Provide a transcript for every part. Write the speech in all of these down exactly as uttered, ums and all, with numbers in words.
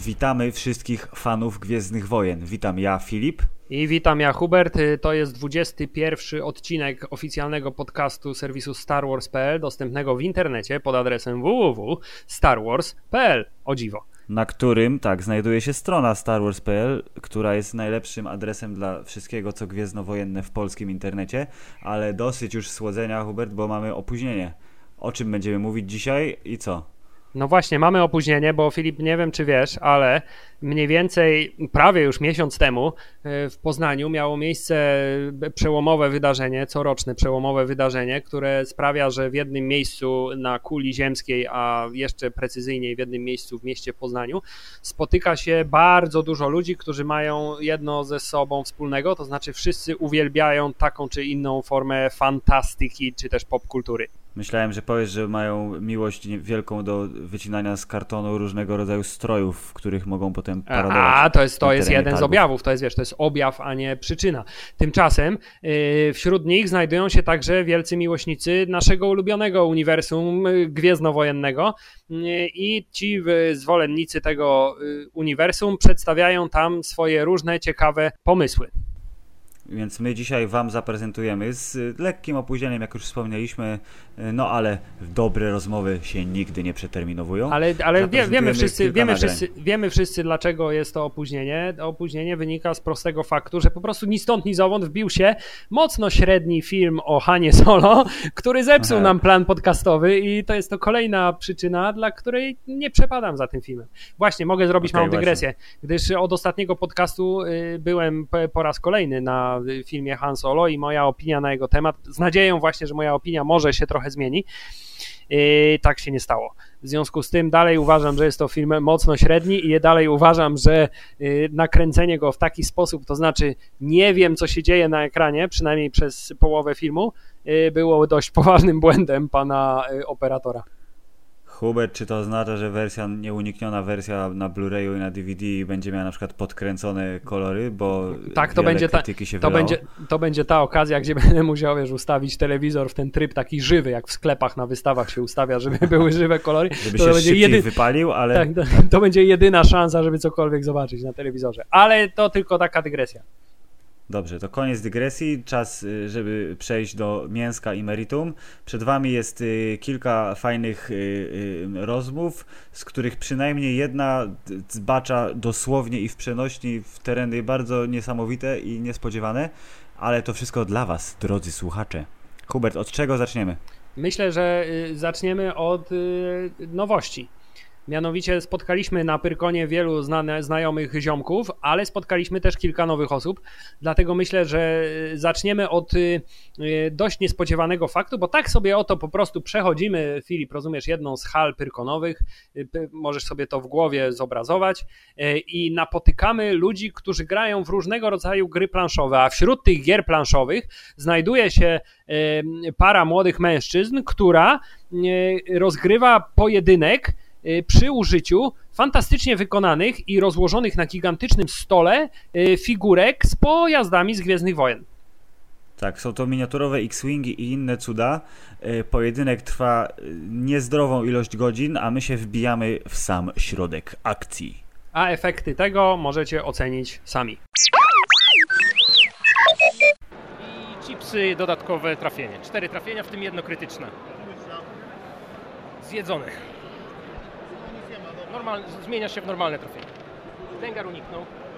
Witamy wszystkich fanów Gwiezdnych Wojen. Witam ja, Filip. I witam ja, Hubert. To jest dwudziesty pierwszy odcinek oficjalnego podcastu serwisu Star Wars kropka p l, dostępnego w internecie pod adresem w w w kropka star wars kropka p l. O dziwo. Na którym, tak, znajduje się strona Star Wars kropka p l, która jest najlepszym adresem dla wszystkiego, co gwiezdnowojenne w polskim internecie, ale dosyć już słodzenia, Hubert, bo mamy opóźnienie. O czym będziemy mówić dzisiaj i co? No właśnie, mamy opóźnienie, bo Filip, nie wiem czy wiesz, ale mniej więcej prawie już miesiąc temu w Poznaniu miało miejsce przełomowe wydarzenie, coroczne przełomowe wydarzenie, które sprawia, że w jednym miejscu na kuli ziemskiej, a jeszcze precyzyjniej w jednym miejscu w mieście Poznaniu spotyka się bardzo dużo ludzi, którzy mają jedno ze sobą wspólnego, to znaczy wszyscy uwielbiają taką czy inną formę fantastyki czy też popkultury. Myślałem, że powiesz, że mają miłość wielką do wycinania z kartonu różnego rodzaju strojów, w których mogą potem paradować. A, to jest, to jest jeden targów. z objawów, to jest, wiesz, to jest objaw, a nie przyczyna. Tymczasem yy, wśród nich znajdują się także wielcy miłośnicy naszego ulubionego uniwersum gwiezdnowojennego yy, i ci zwolennicy tego yy, uniwersum przedstawiają tam swoje różne ciekawe pomysły. Więc my dzisiaj wam zaprezentujemy z lekkim opóźnieniem, jak już wspomnieliśmy, no ale dobre rozmowy się nigdy nie przeterminowują. Ale, ale wie, wiemy, wszyscy, wiemy, wszyscy, wiemy wszyscy, dlaczego jest to opóźnienie. To opóźnienie wynika z prostego faktu, że po prostu ni stąd, ni zowąd wbił się mocno średni film o Hanie Solo, który zepsuł Aha. nam plan podcastowy i to jest to kolejna przyczyna, dla której nie przepadam za tym filmem. Właśnie, mogę zrobić okay, małą dygresję, właśnie. Gdyż od ostatniego podcastu byłem po raz kolejny na w filmie Han Solo i moja opinia na jego temat, z nadzieją właśnie, że moja opinia może się trochę zmieni. Yy, tak się nie stało. W związku z tym dalej uważam, że jest to film mocno średni i dalej uważam, że yy, nakręcenie go w taki sposób, to znaczy nie wiem, co się dzieje na ekranie, przynajmniej przez połowę filmu, yy, było dość poważnym błędem pana yy, operatora. Hubert, czy to oznacza, że wersja, nieunikniona wersja na Blu-rayu i na D V D będzie miała na przykład podkręcone kolory, bo tak, to będzie ta, się to będzie, to będzie ta okazja, gdzie będę musiał wiesz, ustawić telewizor w ten tryb taki żywy, jak w sklepach na wystawach się ustawia, żeby były żywe kolory. Żeby to się będzie szybciej jedy... wypalił, ale... Tak, to, to będzie jedyna szansa, żeby cokolwiek zobaczyć na telewizorze. Ale to tylko taka dygresja. Dobrze, to koniec dygresji, czas, żeby przejść do mięska i meritum. Przed wami jest kilka fajnych rozmów, z których przynajmniej jedna zbacza dosłownie i w przenośni w tereny bardzo niesamowite i niespodziewane, ale to wszystko dla was, drodzy słuchacze. Hubert, od czego zaczniemy? Myślę, że zaczniemy od nowości. Mianowicie spotkaliśmy na Pyrkonie wielu znane, znajomych ziomków, ale spotkaliśmy też kilka nowych osób, dlatego myślę, że zaczniemy od dość niespodziewanego faktu, bo tak sobie oto po prostu przechodzimy, Filip, rozumiesz, jedną z hal pyrkonowych, możesz sobie to w głowie zobrazować i napotykamy ludzi, którzy grają w różnego rodzaju gry planszowe, a wśród tych gier planszowych znajduje się para młodych mężczyzn, która rozgrywa pojedynek przy użyciu fantastycznie wykonanych i rozłożonych na gigantycznym stole figurek z pojazdami z Gwiezdnych Wojen. Tak, są to miniaturowe X-Wingi i inne cuda. Pojedynek trwa niezdrową ilość godzin, a my się wbijamy w sam środek akcji. A efekty tego możecie ocenić sami. I chipsy, dodatkowe trafienie. Cztery trafienia, w tym jedno krytyczne. Zjedzone. Normal, zmieniasz się w normalne trafienie. Dengar uniknął.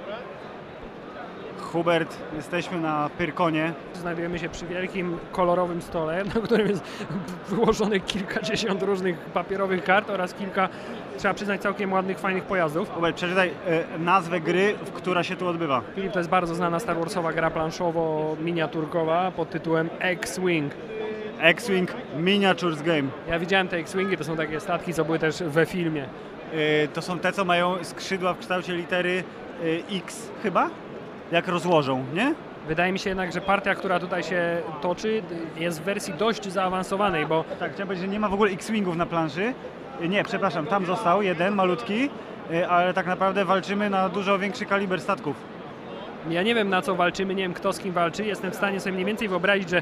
Hubert, jesteśmy na Pyrkonie. Znajdujemy się przy wielkim, kolorowym stole, na którym jest wyłożonych kilkadziesiąt różnych papierowych kart oraz kilka, trzeba przyznać, całkiem ładnych, fajnych pojazdów. Hubert, przeczytaj y, nazwę gry, która się tu odbywa. Filip, to jest bardzo znana Star Warsowa gra planszowo-miniaturkowa pod tytułem X-Wing. X-Wing Miniatures Game. Ja widziałem te X-Wingi, to są takie statki, co były też we filmie. Y, to są te, co mają skrzydła w kształcie litery y, X chyba? Jak rozłożą, nie? Wydaje mi się jednak, że partia, która tutaj się toczy, jest w wersji dość zaawansowanej, bo... Tak, chciałem powiedzieć, że nie ma w ogóle X-Wingów na planszy. Nie, przepraszam, tam został jeden, malutki, ale tak naprawdę walczymy na dużo większy kaliber statków. Ja nie wiem, na co walczymy, nie wiem, kto z kim walczy. Jestem w stanie sobie mniej więcej wyobrazić, że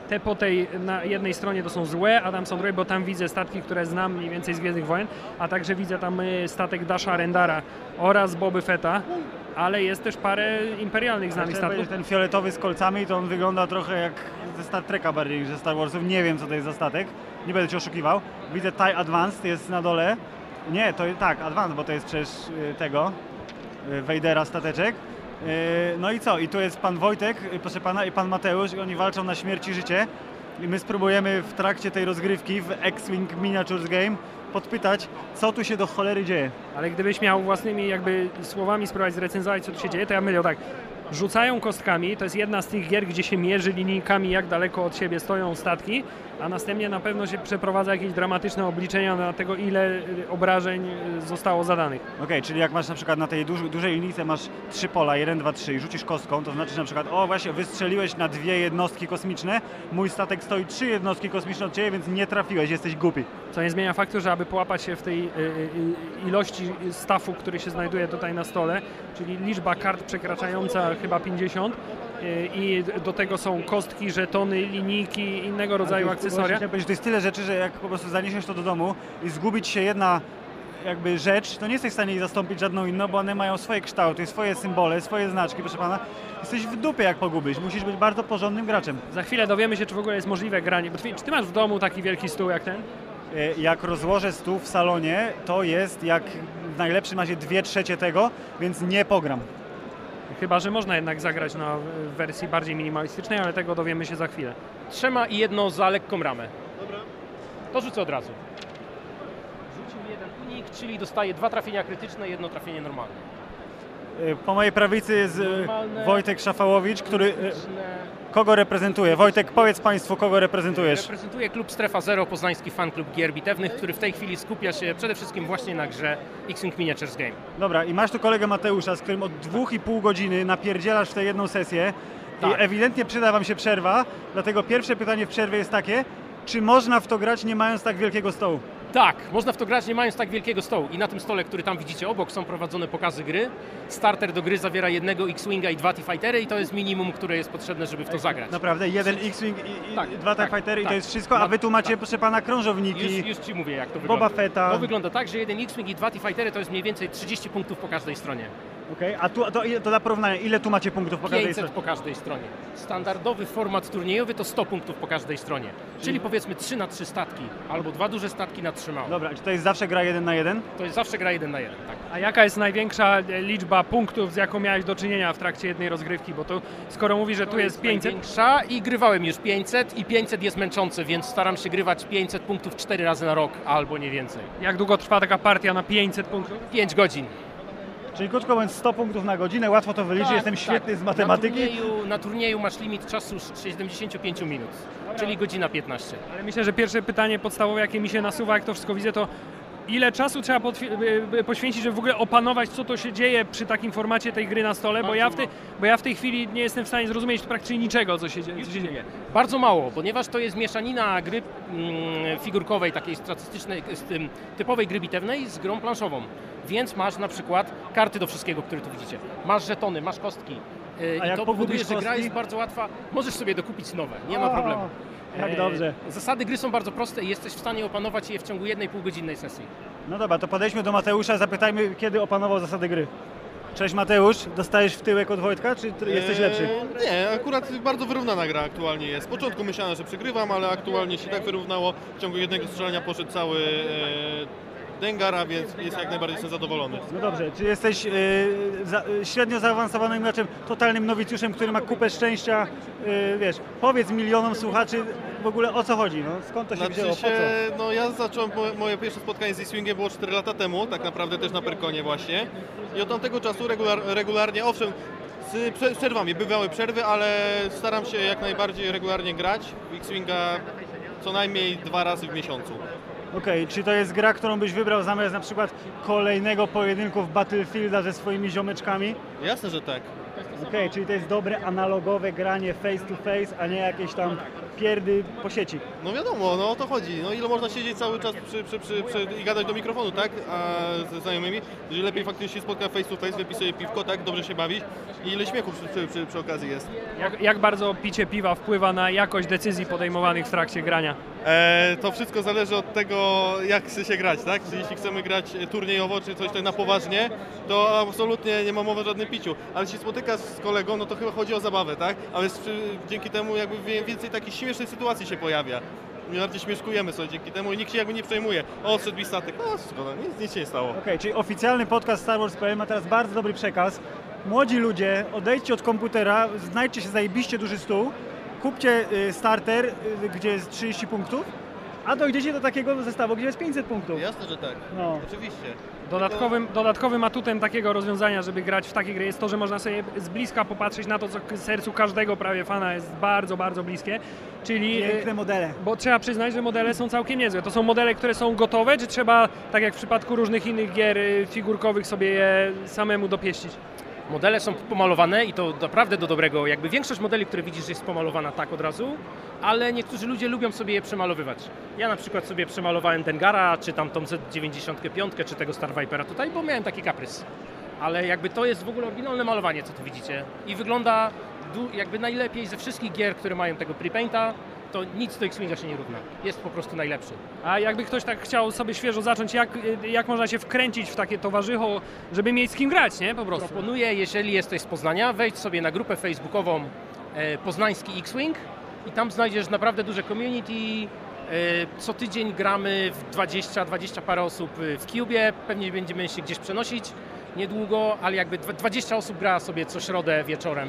te po tej na jednej stronie to są złe, a tam są dobre, bo tam widzę statki, które znam mniej więcej z Gwiezdnych Wojen, a także widzę tam statek Dasha Rendara oraz Boby Fetta, ale jest też parę imperialnych znanych statków. Ten fioletowy z kolcami, to on wygląda trochę jak ze Star Treka bardziej niż ze Star Warsów. Nie wiem, co to jest za statek, nie będę cię oszukiwał. Widzę TIE Advanced, jest na dole. Nie, to tak, Advanced, bo to jest przecież tego Vadera stateczek. No i co? I tu jest pan Wojtek, proszę pana, i pan Mateusz, i oni walczą na śmierć i życie. I my spróbujemy w trakcie tej rozgrywki w X-Wing Miniatures Game podpytać, co tu się do cholery dzieje. Ale gdybyś miał własnymi jakby słowami spróbować zrecenzować, co tu się dzieje, to ja myślę tak. Rzucają kostkami, to jest jedna z tych gier, gdzie się mierzy linijkami, jak daleko od siebie stoją statki, a następnie na pewno się przeprowadza jakieś dramatyczne obliczenia na tego, ile obrażeń zostało zadanych. Okej, okay, czyli jak masz na przykład na tej duży, dużej linijce masz trzy pola, jeden, dwa, trzy i rzucisz kostką, to znaczy, że na przykład, o właśnie, wystrzeliłeś na dwie jednostki kosmiczne, mój statek stoi trzy jednostki kosmiczne od ciebie, więc nie trafiłeś, jesteś głupi. Co nie zmienia faktu, że aby połapać się w tej y, y, ilości staffu, który się znajduje tutaj na stole, czyli liczba kart przekraczająca chyba pięćdziesiąt, i do tego są kostki, żetony, linijki, innego rodzaju to, akcesoria. To jest tyle rzeczy, że jak po prostu zaniesiesz to do domu i zgubić się jedna jakby rzecz, to nie jesteś w stanie jej zastąpić żadną inną, bo one mają swoje kształty, swoje symbole, swoje znaczki, proszę pana. Jesteś w dupie, jak pogubisz. Musisz być bardzo porządnym graczem. Za chwilę dowiemy się, czy w ogóle jest możliwe granie. Bo ty, czy ty masz w domu taki wielki stół jak ten? Jak rozłożę stół w salonie, to jest jak w najlepszym razie dwie trzecie tego, więc nie pogram. Chyba że można jednak zagrać na wersji bardziej minimalistycznej, ale tego dowiemy się za chwilę. Trzyma i jedno za lekką ramę. Dobra. To rzucę od razu. Rzucił jeden unik, czyli dostaje dwa trafienia krytyczne i jedno trafienie normalne. Po mojej prawicy jest normalne, Wojtek Szafałowicz, który... Krytyczne. Kogo reprezentuje? Wojtek, powiedz państwu, kogo reprezentujesz? Reprezentuję klub Strefa Zero, poznański fanklub gier bitewnych, który w tej chwili skupia się przede wszystkim właśnie na grze X-Wing Miniatures Game. Dobra, i masz tu kolegę Mateusza, z którym od dwóch i pół godziny napierdzielasz w tę jedną sesję. Tak. I ewidentnie przyda wam się przerwa, dlatego pierwsze pytanie w przerwie jest takie, czy można w to grać nie mając tak wielkiego stołu? Tak, można w to grać nie mając tak wielkiego stołu i na tym stole, który tam widzicie obok, są prowadzone pokazy gry. Starter do gry zawiera jednego X-Winga i dwa TIE Fightery i to jest minimum, które jest potrzebne, żeby w to zagrać. Naprawdę? Jeden X-Wing i, i tak, dwa TIE tak, Fightery i tak. to jest wszystko? A wy tu macie, tak. proszę pana, krążowniki, już, już ci mówię, jak to wygląda. Boba Fetta. To wygląda tak, że jeden X-Wing i dwa TIE Fightery to jest mniej więcej trzydzieści punktów po każdej stronie. Okej, okay. A tu, to, to dla porównania, ile tu macie punktów po każdej pięćset stronie? po każdej stronie. Standardowy format turniejowy to sto punktów po każdej stronie. Czyli, Czyli powiedzmy trzy na trzy statki, albo dwa duże statki na trzy małe. Dobra, czy to jest zawsze gra jeden na jeden? To jest zawsze gra jeden na jeden, tak. A jaka jest największa liczba punktów, z jaką miałeś do czynienia w trakcie jednej rozgrywki? Bo to skoro mówisz, że to tu jest, jest pięćset... największa i grywałem już pięćset i pięćset jest męczące, więc staram się grywać pięćset punktów cztery razy na rok, albo nie więcej. Jak długo trwa taka partia na pięćset punktów? pięć godzin. Czyli krótko mówiąc sto punktów na godzinę, łatwo to wyliczyć, tak, jestem tak. świetny z matematyki. Na turnieju, na turnieju masz limit czasu siedemdziesiąt pięć minut, czyli godzina piętnaście. Ale myślę, że pierwsze pytanie podstawowe, jakie mi się nasuwa, jak to wszystko widzę, to ile czasu trzeba poświęcić, żeby w ogóle opanować, co to się dzieje przy takim formacie tej gry na stole, bo ja, w tej, bo ja w tej chwili nie jestem w stanie zrozumieć praktycznie niczego, co się, co się dzieje. Bardzo mało, ponieważ to jest mieszanina gry mm, figurkowej, takiej statystycznej, z tym, typowej gry bitewnej z grą planszową. Więc masz na przykład karty do wszystkiego, które tu widzicie. Masz żetony, masz kostki. Yy, A i jak to powoduje, kostki? że gra jest bardzo łatwa. Możesz sobie dokupić nowe, nie ma problemu. Jak dobrze. Zasady gry są bardzo proste i jesteś w stanie opanować je w ciągu jednej półgodzinnej sesji. No dobra, to podejdźmy do Mateusza, zapytajmy, kiedy opanował zasady gry. Cześć Mateusz, dostajesz w tyłek od Wojtka, czy jesteś lepszy? Eee, nie, akurat bardzo wyrównana gra aktualnie jest. Z początku myślałem, że przegrywam, ale aktualnie się tak wyrównało. W ciągu jednego strzelania poszedł cały e, Dengara, więc jest jak najbardziej jestem zadowolony. No dobrze, czy jesteś yy, za, yy, średnio zaawansowanym graczem, totalnym nowicjuszem, który ma kupę szczęścia, yy, wiesz, powiedz milionom słuchaczy w ogóle o co chodzi, no skąd to się znaczy wzięło, po się, co? No ja zacząłem, moje pierwsze spotkanie z X-Wingiem było cztery lata temu, tak naprawdę też na Perkonie właśnie i od tamtego czasu regular, regularnie, owszem, z przerwami, bywały przerwy, ale staram się jak najbardziej regularnie grać w X-Winga co najmniej dwa razy w miesiącu. Okej, okay, czy to jest gra, którą byś wybrał zamiast na przykład kolejnego pojedynku w Battlefielda ze swoimi ziomeczkami? Jasne, że tak. Okej, okay, czyli to jest dobre analogowe granie face to face, a nie jakieś tam pierdy po sieci. No wiadomo, no o to chodzi. No ile można siedzieć cały czas przy, przy, przy, przy, i gadać do mikrofonu, tak? A ze znajomymi, że lepiej faktycznie się spotka face to face, wypij sobie piwko, tak? Dobrze się bawić i ile śmiechu przy, przy, przy, przy okazji jest. Jak, jak bardzo picie piwa wpływa na jakość decyzji podejmowanych w trakcie grania? E, to wszystko zależy od tego, jak chce się grać, tak? Czyli jeśli chcemy grać turniejowo, czy coś tak na poważnie, to absolutnie nie ma mowy o żadnym piciu. Ale jeśli spotyka z kolegą, no to chyba chodzi o zabawę, tak? Ale dzięki temu jakby więcej takich śmiesznych sytuacji się pojawia. My bardziej śmieszkujemy sobie dzięki temu i nikt się jakby nie przejmuje. O, odszedł mi statek, o, szkoda, nic, nic się nie stało. Okej, okay, czyli oficjalny podcast Star Wars kropka p l ma teraz bardzo dobry przekaz. Młodzi ludzie, odejdźcie od komputera, znajdźcie się zajebiście duży stół, kupcie starter, gdzie jest trzydzieści punktów, a dojdziecie do takiego zestawu, gdzie jest pięćset punktów. Jasne, że tak. No. Oczywiście. Dodatkowym, dodatkowym atutem takiego rozwiązania, żeby grać w takie gry, jest to, że można sobie z bliska popatrzeć na to, co sercu każdego prawie fana jest bardzo, bardzo bliskie. Czyli, piękne modele. Bo trzeba przyznać, że modele są całkiem niezłe. To są modele, które są gotowe, czy trzeba, tak jak w przypadku różnych innych gier figurkowych, sobie je samemu dopieścić? Modele są pomalowane i to naprawdę do dobrego. Jakby większość modeli, które widzisz, jest pomalowana tak od razu, ale niektórzy ludzie lubią sobie je przemalowywać. Ja na przykład sobie przemalowałem Dengara, czy tam tą Z dziewięćdziesiąt pięć, czy tego Star Vipera tutaj, bo miałem taki kaprys. Ale jakby to jest w ogóle oryginalne malowanie, co tu widzicie. I wygląda jakby najlepiej ze wszystkich gier, które mają tego prepainta. To nic do X-Winga się nie równa. Jest po prostu najlepszy. A jakby ktoś tak chciał sobie świeżo zacząć, jak, jak można się wkręcić w takie towarzycho, żeby mieć z kim grać, nie? Po prostu. Proponuję, jeżeli jesteś z Poznania, wejdź sobie na grupę facebookową e, Poznański X-Wing i tam znajdziesz naprawdę duże community. E, co tydzień gramy w dwadzieścia, dwadzieścia parę osób w Cubie. Pewnie będziemy się gdzieś przenosić niedługo, ale jakby dwadzieścia osób gra sobie co środę wieczorem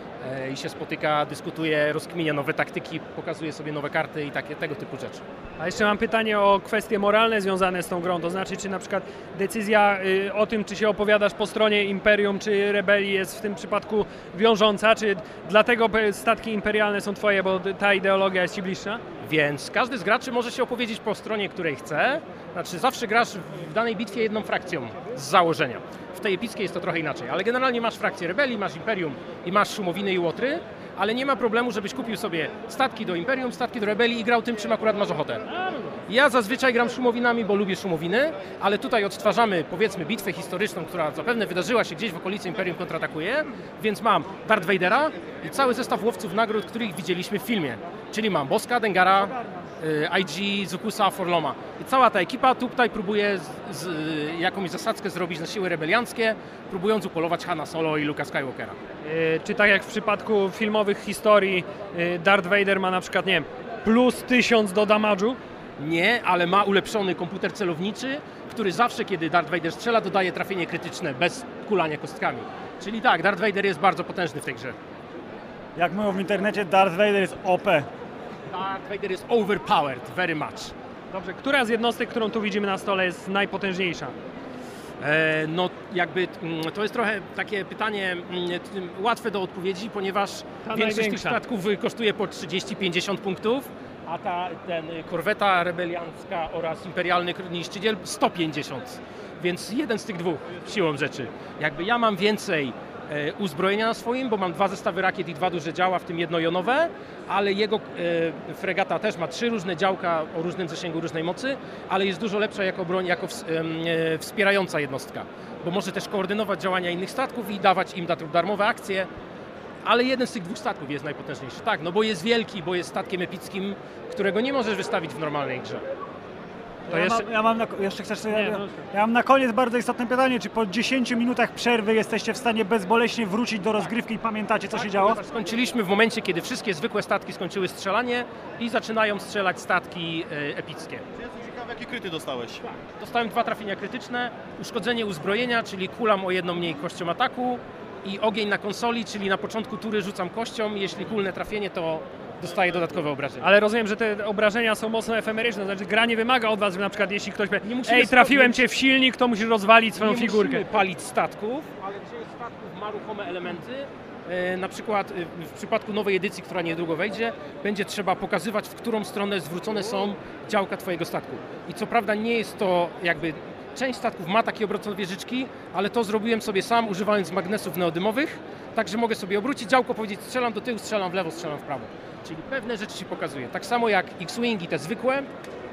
i się spotyka, dyskutuje, rozkminia nowe taktyki, pokazuje sobie nowe karty i takie, tego typu rzeczy. A jeszcze mam pytanie o kwestie moralne związane z tą grą, to znaczy czy na przykład decyzja y, o tym, czy się opowiadasz po stronie Imperium czy Rebelii jest w tym przypadku wiążąca, czy dlatego statki imperialne są twoje, bo ta ideologia jest ci bliższa? Więc każdy z graczy może się opowiedzieć po stronie, której chce, znaczy zawsze grasz w danej bitwie jedną frakcją z założenia. W tej epickiej jest to trochę inaczej, ale generalnie masz frakcję Rebelii, masz Imperium i masz Szumowiny i Łotry, ale nie ma problemu, żebyś kupił sobie statki do Imperium, statki do Rebelii i grał tym, czym akurat masz ochotę. Ja zazwyczaj gram Szumowinami, bo lubię Szumowiny, ale tutaj odtwarzamy, powiedzmy, bitwę historyczną, która zapewne wydarzyła się gdzieś w okolicy Imperium kontratakuje, więc mam Darth Vadera i cały zestaw łowców nagród, których widzieliśmy w filmie. Czyli mam Boska, Dengara, I G, Zukusa, Forloma. I cała ta ekipa tutaj próbuje z, z, jakąś zasadzkę zrobić na siły rebelianckie, próbując upolować Hana Solo i Luke'a Skywalkera. Yy, czy tak jak w przypadku filmowych historii yy, Darth Vader ma na przykład, nie wiem, plus tysiąc do damage'u? Nie, ale ma ulepszony komputer celowniczy, który zawsze, kiedy Darth Vader strzela, dodaje trafienie krytyczne bez kulania kostkami. Czyli tak, Darth Vader jest bardzo potężny w tej grze. Jak mówią w internecie, Darth Vader jest O P. Darth Vader jest overpowered, very much. Dobrze, która z jednostek, którą tu widzimy na stole, jest najpotężniejsza? E, no jakby to jest trochę takie pytanie łatwe do odpowiedzi, ponieważ ta większość tych statków kosztuje po trzydzieści pięćdziesiąt punktów, a ta ten korweta rebeliancka oraz imperialny niszczyciel sto pięćdziesiąt. Więc jeden z tych dwóch siłą rzeczy. Jakby ja mam więcej e, uzbrojenia na swoim, bo mam dwa zestawy rakiet i dwa duże działa, w tym jedno jonowe, ale jego e, fregata też ma trzy różne działka o różnym zasięgu, różnej mocy, ale jest dużo lepsza jako broń, jako ws, e, wspierająca jednostka, bo może też koordynować działania innych statków i dawać im darmowe akcje, ale jeden z tych dwóch statków jest najpotężniejszy. Tak, no bo jest wielki, bo jest statkiem epickim, którego nie możesz wystawić w normalnej grze. To ja, jeszcze... Mam, ja mam na, jeszcze chcesz sobie, ja, ja mam na koniec bardzo istotne pytanie, czy po dziesięciu minutach przerwy jesteście w stanie bezboleśnie wrócić do rozgrywki i pamiętacie, co tak, się działo? Skończyliśmy w momencie, kiedy wszystkie zwykłe statki skończyły strzelanie i zaczynają strzelać statki e, epickie. Ja jestem ciekawy, jakie kryty dostałeś? Tak. Dostałem dwa trafienia krytyczne, uszkodzenie uzbrojenia, czyli kulam o jedną mniej kością ataku i ogień na konsoli, czyli na początku tury rzucam kością, jeśli kulne trafienie, to dostaje dodatkowe obrażenia. Ale rozumiem, że te obrażenia są mocno efemeryczne, znaczy gra nie wymaga od was, że na przykład jeśli ktoś powie, ej, trafiłem cię w silnik, to musisz rozwalić swoją nie figurkę. Nie musimy palić statków, ale część statków ma ruchome elementy. E, na przykład e, w przypadku nowej edycji, która niedługo wejdzie, będzie trzeba pokazywać, w którą stronę zwrócone są działka twojego statku. I co prawda nie jest to jakby Część statków ma takie obrotowe wieżyczki, ale to zrobiłem sobie sam, używając magnesów neodymowych, tak że mogę sobie obrócić działko, powiedzieć strzelam do tyłu, strzelam w lewo, strzelam w prawo. Czyli pewne rzeczy się pokazuje. Tak samo jak X-Wingi, te zwykłe, yy,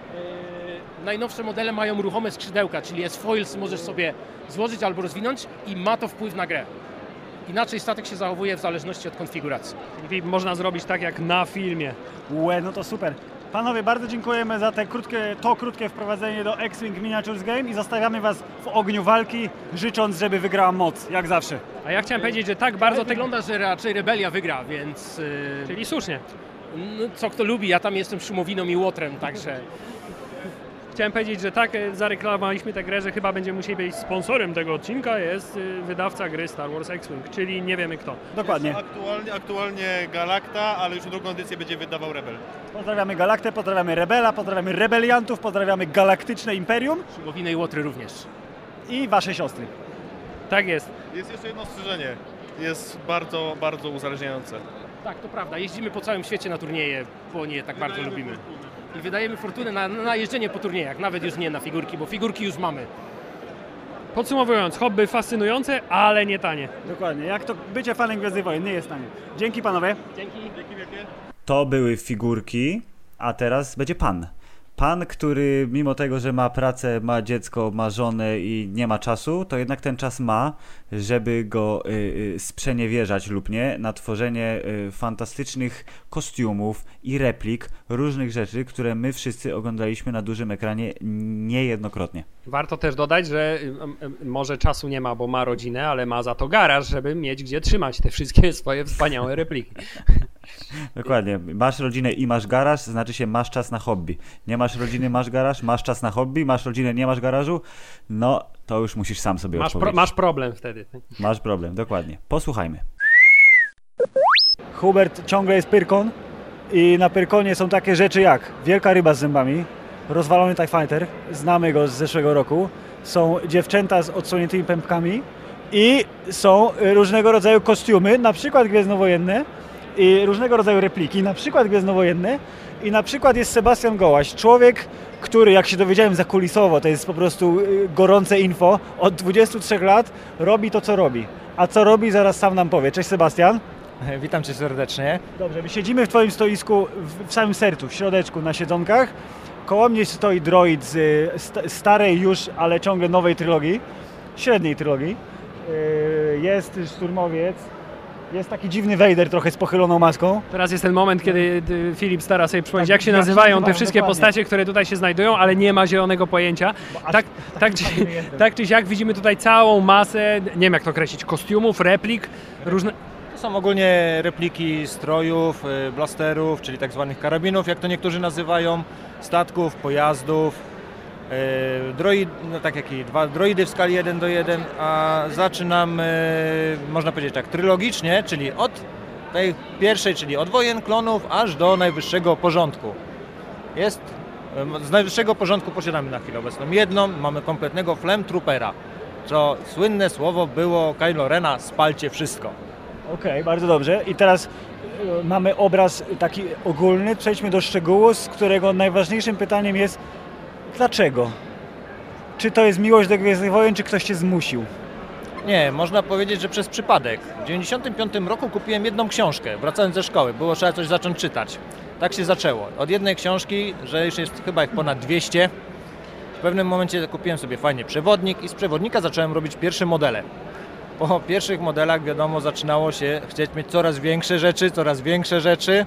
najnowsze modele mają ruchome skrzydełka, czyli S-foils możesz sobie złożyć albo rozwinąć i ma to wpływ na grę. Inaczej statek się zachowuje w zależności od konfiguracji. Czyli można zrobić tak jak na filmie. Łe, no to super. Panowie, bardzo dziękujemy za te krótkie, to krótkie wprowadzenie do X-Wing Miniatures Game i zostawiamy was w ogniu walki, życząc, żeby wygrała moc, jak zawsze. A ja chciałem powiedzieć, że tak bardzo... Te... Wygląda, że raczej rebelia wygra, więc... Yy... Czyli słusznie. No, co kto lubi, ja tam jestem szumowiną i łotrem, także... Chciałem powiedzieć, że tak zareklamowaliśmy tę grę, że chyba będziemy musieli być sponsorem tego odcinka, jest wydawca gry Star Wars X-Wing, czyli nie wiemy kto. Dokładnie. Aktualnie, aktualnie Galacta, ale już drugą edycję będzie wydawał Rebel. Pozdrawiamy Galaktę, pozdrawiamy Rebela, pozdrawiamy Rebeliantów, pozdrawiamy Galaktyczne Imperium. Szumowinę i łotry również. I wasze siostry. Tak jest. Jest jeszcze jedno ostrzeżenie. Jest bardzo, bardzo uzależniające. Tak, to prawda. Jeździmy po całym świecie na turnieje, bo nie tak bardzo lubimy. I wydajemy fortunę na, na jeżdżenie po turniejach, nawet już nie na figurki, bo figurki już mamy. Podsumowując, hobby fascynujące, ale nie tanie. Dokładnie, jak to bycie fanem Gwiezdnych Wojen, nie jest tanie. Dzięki panowie. Dzięki. Dzięki wielkie. To były figurki, a teraz będzie pan. Pan, który mimo tego, że ma pracę, ma dziecko, ma żonę i nie ma czasu, to jednak ten czas ma, żeby go y, y, sprzeniewierzać lub nie na tworzenie y, fantastycznych kostiumów i replik różnych rzeczy, które my wszyscy oglądaliśmy na dużym ekranie niejednokrotnie. Warto też dodać, że y, y, może czasu nie ma, bo ma rodzinę, ale ma za to garaż, żeby mieć gdzie trzymać te wszystkie swoje wspaniałe repliki. Dokładnie. Masz rodzinę i masz garaż, znaczy się masz czas na hobby. Nie masz rodziny, masz garaż, masz czas na hobby, masz rodzinę, nie masz garażu, no to już musisz sam sobie masz odpowiedzieć. Pro, masz problem wtedy. Masz problem, dokładnie. Posłuchajmy. Hubert ciągle jest Pyrkon i na Pyrkonie są takie rzeczy jak wielka ryba z zębami, rozwalony TIE Fighter, znamy go z zeszłego roku, są dziewczęta z odsłoniętymi pępkami i są różnego rodzaju kostiumy, na przykład gwiezdnowojenne i różnego rodzaju repliki, na przykład gwiezdnowojenne i na przykład jest Sebastian Gołaś, człowiek, który, jak się dowiedziałem zakulisowo, to jest po prostu gorące info, od dwudziestu trzech lat robi to, co robi. A co robi, zaraz sam nam powie. Cześć Sebastian. Witam cię serdecznie. Dobrze, my siedzimy w twoim stoisku, w, w samym sercu, w środeczku, na siedzonkach. Koło mnie stoi droid z st- starej już, ale ciągle nowej trylogii, średniej trylogii. Yy, jest szturmowiec. Jest taki dziwny Vader trochę z pochyloną maską. Teraz jest ten moment, kiedy Filip stara sobie przypomnieć, jak się nazywają te wszystkie dokładnie. postacie, które tutaj się znajdują, ale nie ma zielonego pojęcia. aż Tak, tak tak, czy, dokładny jestem. tak czy siak widzimy tutaj całą masę, nie wiem jak to określić, kostiumów, replik, różne... To są ogólnie repliki strojów, y, blasterów, czyli tak zwanych karabinów, jak to niektórzy nazywają, statków, pojazdów, y, droid, no tak jak i dwa droidy w skali jeden do jeden, a zaczynam, y, można powiedzieć tak, trylogicznie, czyli od tej pierwszej, czyli od wojen klonów, aż do najwyższego porządku. Jest, y, z najwyższego porządku posiadamy na chwilę obecną jedną, mamy kompletnego Flametroopera, co słynne słowo było Kylo Rena, spalcie wszystko. Okej, okay, bardzo dobrze. I teraz y, mamy obraz taki ogólny. Przejdźmy do szczegółu, z którego najważniejszym pytaniem jest dlaczego? Czy to jest miłość do Gwiezdnych Wojen, czy ktoś cię zmusił? Nie, można powiedzieć, że przez przypadek. W dziewięćdziesiątym piątym roku kupiłem jedną książkę, wracając ze szkoły. Było trzeba coś zacząć czytać. Tak się zaczęło. Od jednej książki, że już jest chyba ich ponad dwieście. W pewnym momencie kupiłem sobie fajnie przewodnik i z przewodnika zacząłem robić pierwsze modele. Po pierwszych modelach, wiadomo, zaczynało się chcieć mieć coraz większe rzeczy, coraz większe rzeczy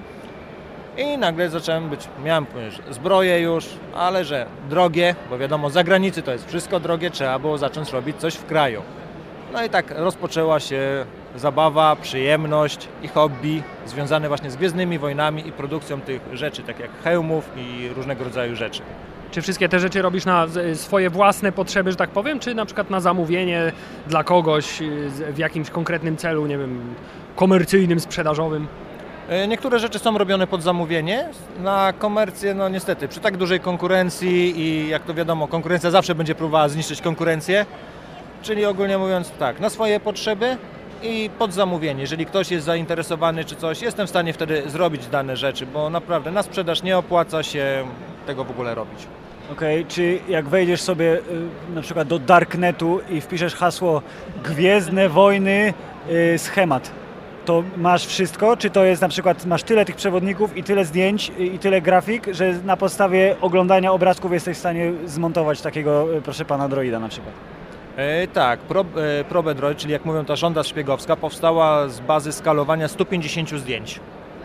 i nagle zacząłem być, miałem zbroje już, ale że drogie, bo wiadomo, za granicy to jest wszystko drogie, trzeba było zacząć robić coś w kraju. No i tak rozpoczęła się zabawa, przyjemność i hobby związane właśnie z Gwiezdnymi Wojnami i produkcją tych rzeczy, tak jak hełmów i różnego rodzaju rzeczy. Czy wszystkie te rzeczy robisz na swoje własne potrzeby, że tak powiem, czy na przykład na zamówienie dla kogoś w jakimś konkretnym celu, nie wiem, komercyjnym, sprzedażowym? Niektóre rzeczy są robione pod zamówienie, na komercję no niestety przy tak dużej konkurencji i jak to wiadomo, konkurencja zawsze będzie próbowała zniszczyć konkurencję, czyli ogólnie mówiąc tak, na swoje potrzeby i pod zamówienie. Jeżeli ktoś jest zainteresowany czy coś, jestem w stanie wtedy zrobić dane rzeczy, bo naprawdę na sprzedaż nie opłaca się tego w ogóle robić. Okej, okay, czy jak wejdziesz sobie y, na przykład do Darknetu i wpiszesz hasło Gwiezdne Wojny y, schemat, to masz wszystko? Czy to jest na przykład, masz tyle tych przewodników i tyle zdjęć y, i tyle grafik, że na podstawie oglądania obrazków jesteś w stanie zmontować takiego, y, proszę pana, droida na przykład? E, tak, Pro, e, Probe Droid, czyli jak mówią ta żąda szpiegowska, powstała z bazy skalowania stu pięćdziesięciu zdjęć.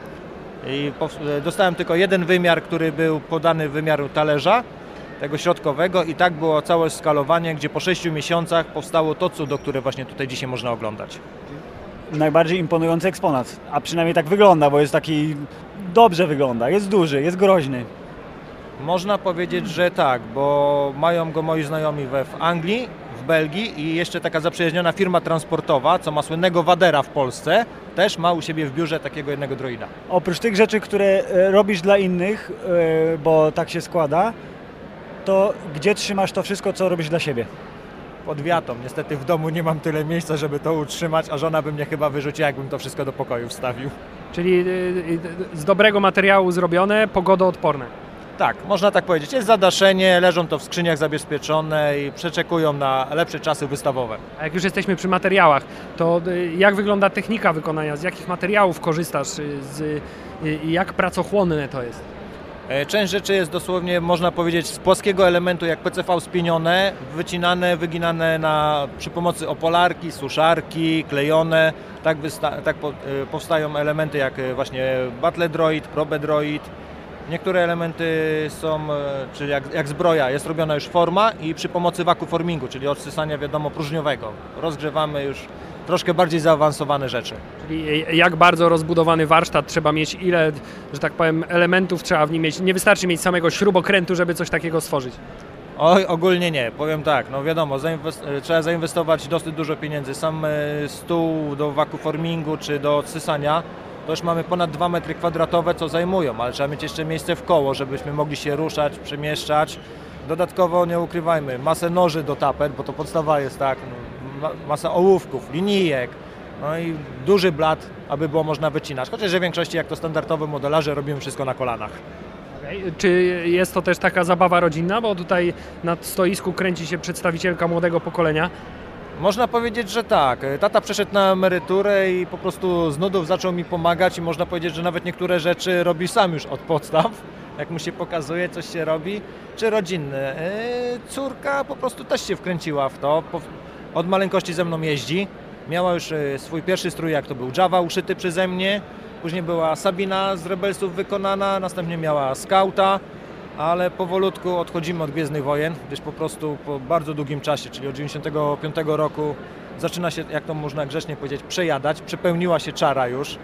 I pow- dostałem tylko jeden wymiar, który był podany wymiaru talerza, tego środkowego, i tak było całe skalowanie, gdzie po sześciu miesiącach powstało to cudo, które właśnie tutaj dzisiaj można oglądać. Najbardziej imponujący eksponat, a przynajmniej tak wygląda, bo jest taki, dobrze wygląda, jest duży, jest groźny. Można powiedzieć, że tak, bo mają go moi znajomi we w Anglii, w Belgii i jeszcze taka zaprzyjaźniona firma transportowa, co ma słynnego Wadera w Polsce, też ma u siebie w biurze takiego jednego droida. Oprócz tych rzeczy, które robisz dla innych, bo tak się składa, to gdzie trzymasz to wszystko, co robisz dla siebie? Pod wiatą. Niestety w domu nie mam tyle miejsca, żeby to utrzymać, a żona by mnie chyba wyrzuciła, jakbym to wszystko do pokoju wstawił. Czyli z dobrego materiału zrobione, pogodoodporne. Tak, można tak powiedzieć. Jest zadaszenie, leżą to w skrzyniach zabezpieczone i przeczekują na lepsze czasy wystawowe. A jak już jesteśmy przy materiałach, to jak wygląda technika wykonania? Z jakich materiałów korzystasz? Z, jak pracochłonne to jest? Część rzeczy jest dosłownie, można powiedzieć, z płaskiego elementu, jak P C V spienione, wycinane, wyginane na, przy pomocy opolarki, suszarki, klejone. Tak, wysta- tak po, powstają elementy jak właśnie Battle Droid, Probe Droid. Niektóre elementy są, czyli jak, jak zbroja, jest robiona już forma i przy pomocy vacuformingu, czyli odsysania, wiadomo, próżniowego. Rozgrzewamy już troszkę bardziej zaawansowane rzeczy. Czyli jak bardzo rozbudowany warsztat trzeba mieć, ile, że tak powiem, elementów trzeba w nim mieć. Nie wystarczy mieć samego śrubokrętu, żeby coś takiego stworzyć. Oj, ogólnie nie, powiem tak, no wiadomo, zainwest- trzeba zainwestować dosyć dużo pieniędzy. Sam stół do vacuformingu czy do odsysania to już mamy ponad dwa metry kwadratowe, co zajmują, ale trzeba mieć jeszcze miejsce w koło, żebyśmy mogli się ruszać, przemieszczać. Dodatkowo, nie ukrywajmy, masę noży do tapet, bo to podstawa jest, tak, no, masa ołówków, linijek, no i duży blat, aby było można wycinać. Chociaż w większości, jak to standardowy modelarze, robimy wszystko na kolanach. Okay. Czy jest to też taka zabawa rodzinna, bo tutaj na stoisku kręci się przedstawicielka młodego pokolenia? Można powiedzieć, że tak. Tata przeszedł na emeryturę i po prostu z nudów zaczął mi pomagać i można powiedzieć, że nawet niektóre rzeczy robi sam już od podstaw. Jak mu się pokazuje, coś się robi. Czy rodzinne. Córka po prostu też się wkręciła w to. Od maleńkości ze mną jeździ. Miała już swój pierwszy strój, jak to był Java, uszyty przeze mnie. Później była Sabina z Rebelsów wykonana, następnie miała Scouta. Ale powolutku odchodzimy od Gwiezdnych Wojen, gdyż po prostu po bardzo długim czasie, czyli od dziewięćdziesiątego piątego roku zaczyna się, jak to można grzecznie powiedzieć, przejadać, przepełniła się czara już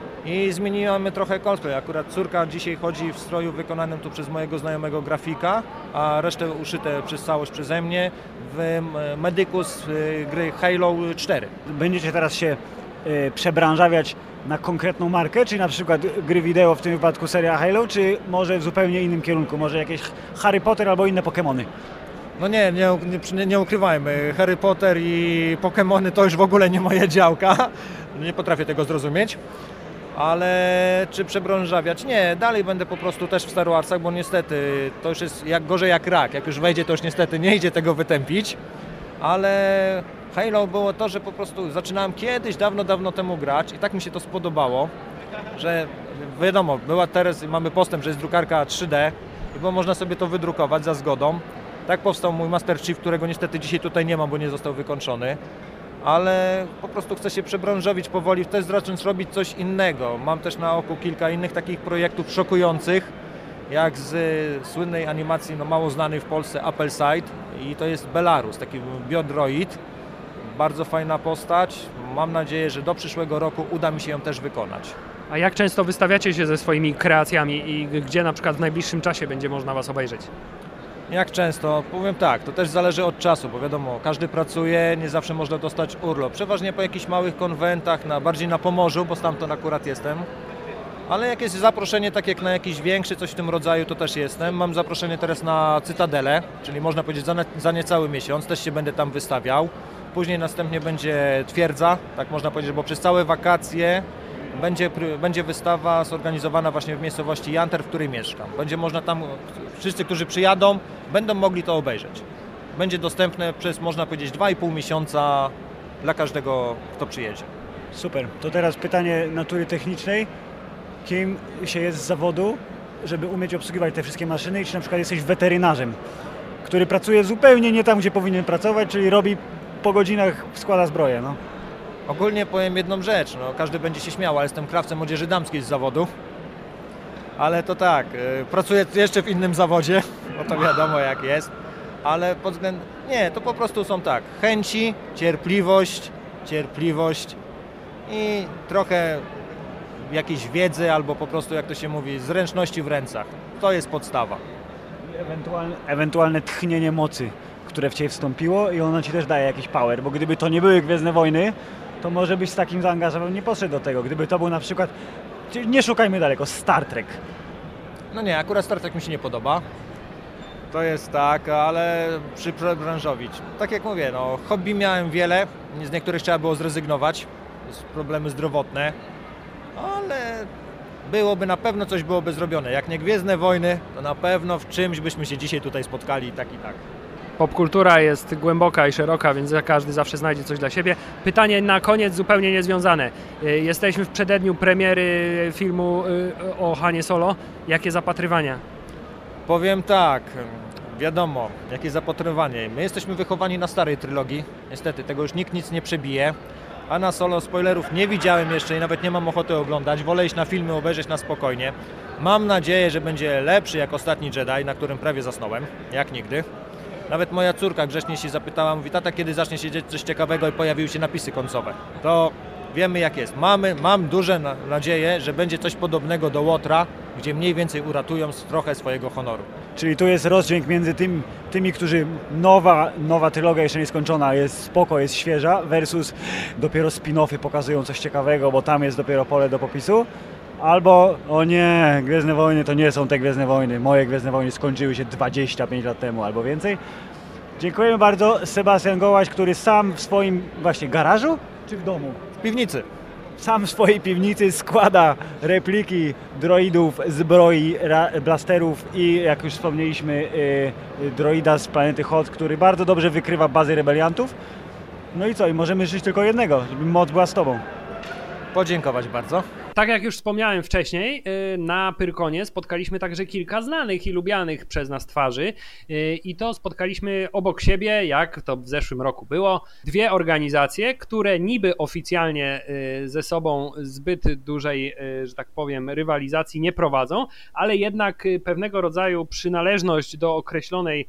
i zmieniamy trochę cosplay. Akurat córka dzisiaj chodzi w stroju wykonanym tu przez mojego znajomego grafika, a resztę uszyte przez całość przeze mnie w Medyku z gry Halo cztery. Będziecie teraz się y, przebranżawiać na konkretną markę, czy na przykład gry wideo, w tym wypadku seria Halo, czy może w zupełnie innym kierunku, może jakieś Harry Potter albo inne Pokemony? No nie, nie, nie, nie ukrywajmy, Harry Potter i Pokemony to już w ogóle nie moja działka, nie potrafię tego zrozumieć, ale czy przebranżawiać? Nie, dalej będę po prostu też w Star Warsach, bo niestety to już jest jak gorzej jak rak, jak już wejdzie, to już niestety nie idzie tego wytępić, ale Halo było to, że po prostu zaczynałem kiedyś, dawno, dawno temu grać i tak mi się to spodobało, że wiadomo, była teraz, mamy postęp, że jest drukarka trzy D i było można sobie to wydrukować za zgodą. Tak powstał mój Master Chief, którego niestety dzisiaj tutaj nie mam, bo nie został wykończony, ale po prostu chcę się przebranżowić powoli, też zacząć robić coś innego. Mam też na oku kilka innych takich projektów szokujących, jak z y, słynnej animacji, no mało znanej w Polsce, Appelside, i to jest Belarus, taki biodroid. Bardzo fajna postać. Mam nadzieję, że do przyszłego roku uda mi się ją też wykonać. A jak często wystawiacie się ze swoimi kreacjami i gdzie na przykład w najbliższym czasie będzie można Was obejrzeć? Jak często? Powiem tak, to też zależy od czasu, bo wiadomo, każdy pracuje, nie zawsze można dostać urlop. Przeważnie po jakichś małych konwentach, na, bardziej na Pomorzu, bo stamtąd akurat jestem. Ale jak jest zaproszenie tak jak na jakiś większy, coś w tym rodzaju, to też jestem. Mam zaproszenie teraz na Cytadelę, czyli można powiedzieć za, ne, za niecały miesiąc, też się będę tam wystawiał. Później następnie będzie Twierdza, tak można powiedzieć, bo przez całe wakacje będzie, będzie wystawa zorganizowana właśnie w miejscowości Janter, w której mieszkam. Będzie można tam, wszyscy, którzy przyjadą, będą mogli to obejrzeć. Będzie dostępne przez, można powiedzieć, dwa i pół miesiąca dla każdego, kto przyjedzie. Super. To teraz pytanie natury technicznej. Kim się jest z zawodu, żeby umieć obsługiwać te wszystkie maszyny i czy na przykład jesteś weterynarzem, który pracuje zupełnie nie tam, gdzie powinien pracować, czyli robi po godzinach, składa zbroję, no. Ogólnie powiem jedną rzecz, no, każdy będzie się śmiał, ale jestem krawcem odzieży damskiej z zawodu. Ale to tak, yy, pracuję jeszcze w innym zawodzie, bo to wiadomo jak jest. Ale pod względem, nie, to po prostu są tak, chęci, cierpliwość, cierpliwość i trochę jakiejś wiedzy albo po prostu, jak to się mówi, zręczności w rękach. To jest podstawa. Ewentualne, ewentualne tchnienie mocy, które w Ciebie wstąpiło i ono Ci też daje jakiś power, bo gdyby to nie były Gwiezdne Wojny, to może byś z takim zaangażowaniem nie podszedł do tego. Gdyby to był na przykład, nie szukajmy daleko, Star Trek. No nie, akurat Star Trek mi się nie podoba. To jest tak, ale przy branżowić. Tak jak mówię, no hobby miałem wiele, z niektórych trzeba było zrezygnować, problemy zdrowotne, ale byłoby na pewno coś byłoby zrobione. Jak nie Gwiezdne Wojny, to na pewno w czymś byśmy się dzisiaj tutaj spotkali tak i tak. Popkultura jest głęboka i szeroka, więc każdy zawsze znajdzie coś dla siebie. Pytanie na koniec zupełnie niezwiązane. Jesteśmy w przededniu premiery filmu o Hanie Solo. Jakie zapatrywania? Powiem tak, wiadomo, jakie zapatrywanie. My jesteśmy wychowani na starej trylogii, niestety tego już nikt nic nie przebije. A na Solo spoilerów nie widziałem jeszcze i nawet nie mam ochoty oglądać. Wolę iść na filmy, obejrzeć na spokojnie. Mam nadzieję, że będzie lepszy jak Ostatni Jedi, na którym prawie zasnąłem, jak nigdy. Nawet moja córka grzecznie się zapytała, mówi, tata, kiedy zacznie się dziać coś ciekawego i pojawiły się napisy końcowe. To wiemy jak jest. Mamy, mam duże na, nadzieję, że będzie coś podobnego do Łotra, gdzie mniej więcej uratują trochę swojego honoru. Czyli tu jest rozdźwięk między tym, tymi, którzy nowa, nowa trylogia jeszcze nieskończona, jest spoko, jest świeża, versus dopiero spin-offy pokazują coś ciekawego, bo tam jest dopiero pole do popisu. Albo, o nie, Gwiezdne Wojny to nie są te Gwiezdne Wojny, moje Gwiezdne Wojny skończyły się dwadzieścia pięć lat temu albo więcej. Dziękujemy bardzo. Sebastian Gołaś, który sam w swoim właśnie garażu czy w domu? W piwnicy. Sam w swojej piwnicy składa repliki droidów, zbroi, blasterów i jak już wspomnieliśmy yy, droida z planety Hoth, który bardzo dobrze wykrywa bazy rebeliantów. No i co? I możemy życzyć tylko jednego, żeby moc była z Tobą. Podziękować bardzo. Tak jak już wspomniałem wcześniej, na Pyrkonie spotkaliśmy także kilka znanych i lubianych przez nas twarzy i to spotkaliśmy obok siebie, jak to w zeszłym roku było, dwie organizacje, które niby oficjalnie ze sobą zbyt dużej, że tak powiem, rywalizacji nie prowadzą, ale jednak pewnego rodzaju przynależność do określonej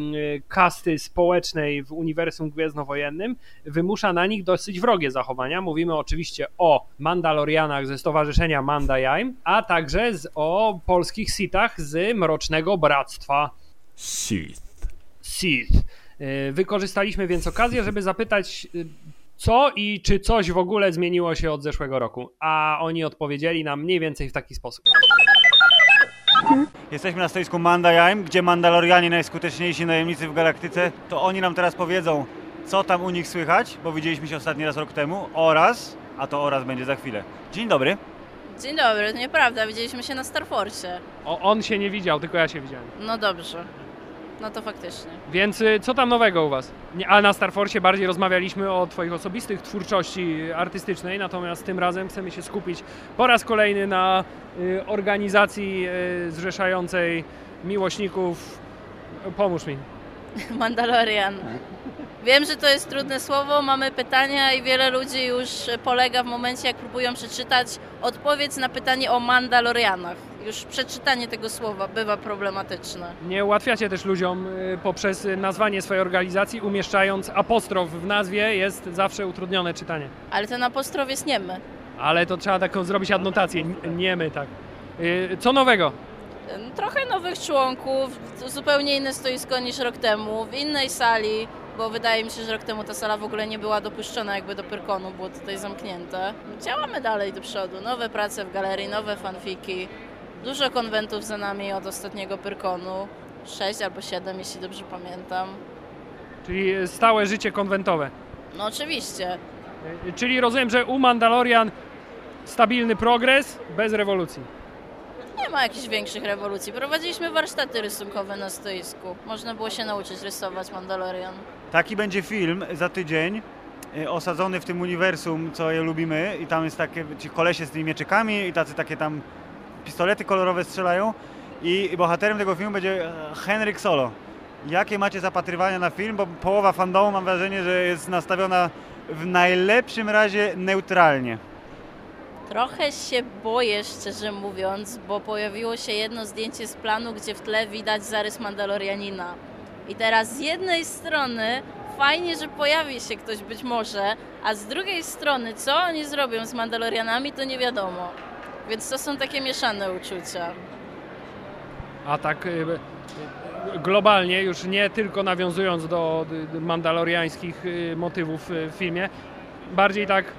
kasty społecznej w uniwersum gwiezdnowojennym wymusza na nich dosyć wrogie zachowania. Mówimy oczywiście o Mandalorianach ze Stowarzyszenia Manda Jaim, a także z, o polskich Sithach z Mrocznego Bractwa. Sith. Sith. Wykorzystaliśmy więc okazję, żeby zapytać, co i czy coś w ogóle zmieniło się od zeszłego roku, a oni odpowiedzieli nam mniej więcej w taki sposób. Jesteśmy na stoisku Manda Jaim, gdzie Mandalorianie, najskuteczniejsi najemnicy w galaktyce, to oni nam teraz powiedzą, co tam u nich słychać, bo widzieliśmy się ostatni raz rok temu, oraz, a to oraz będzie za chwilę. Dzień dobry. Dzień dobry, to nieprawda, widzieliśmy się na Star Force. O, on się nie widział, tylko ja się widziałem. No dobrze, no to faktycznie. Więc co tam nowego u Was? Nie, a na Star Force bardziej rozmawialiśmy o Twoich osobistych twórczości artystycznej, natomiast tym razem chcemy się skupić po raz kolejny na y, organizacji y, zrzeszającej miłośników. Pomóż mi. Mandalorian. Wiem, że to jest trudne słowo, mamy pytania i wiele ludzi już polega w momencie, jak próbują przeczytać odpowiedź na pytanie o Mandalorianach. Już przeczytanie tego słowa bywa problematyczne. Nie ułatwiacie też ludziom poprzez nazwanie swojej organizacji, umieszczając apostrof w nazwie, jest zawsze utrudnione czytanie. Ale ten apostrof jest niemy. Ale to trzeba taką zrobić adnotację, niemy, tak. Co nowego? Trochę nowych członków, zupełnie inne stoisko niż rok temu, w innej sali, bo wydaje mi się, że rok temu ta sala w ogóle nie była dopuszczona jakby do Pyrkonu, było tutaj zamknięte. Działamy dalej do przodu, nowe prace w galerii, nowe fanfiki, dużo konwentów za nami od ostatniego Pyrkonu, sześć albo siedem, jeśli dobrze pamiętam. Czyli stałe życie konwentowe. No oczywiście. Czyli rozumiem, że u Mandalorian stabilny progres, bez rewolucji. Nie ma jakichś większych rewolucji. Prowadziliśmy warsztaty rysunkowe na stoisku. Można było się nauczyć rysować Mandalorian. Taki będzie film za tydzień, osadzony w tym uniwersum, co je lubimy, i tam jest takie, ci kolesie z tymi mieczykami i tacy takie tam pistolety kolorowe strzelają, i bohaterem tego filmu będzie Henryk Solo. Jakie macie zapatrywania na film? Bo połowa fandomu, mam wrażenie, że jest nastawiona w najlepszym razie neutralnie. Trochę się boję, szczerze mówiąc, bo pojawiło się jedno zdjęcie z planu, gdzie w tle widać zarys Mandalorianina. I teraz z jednej strony fajnie, że pojawi się ktoś być może, a z drugiej strony co oni zrobią z Mandalorianami, to nie wiadomo. Więc to są takie mieszane uczucia. A tak globalnie, już nie tylko nawiązując do mandaloriańskich motywów w filmie, bardziej tak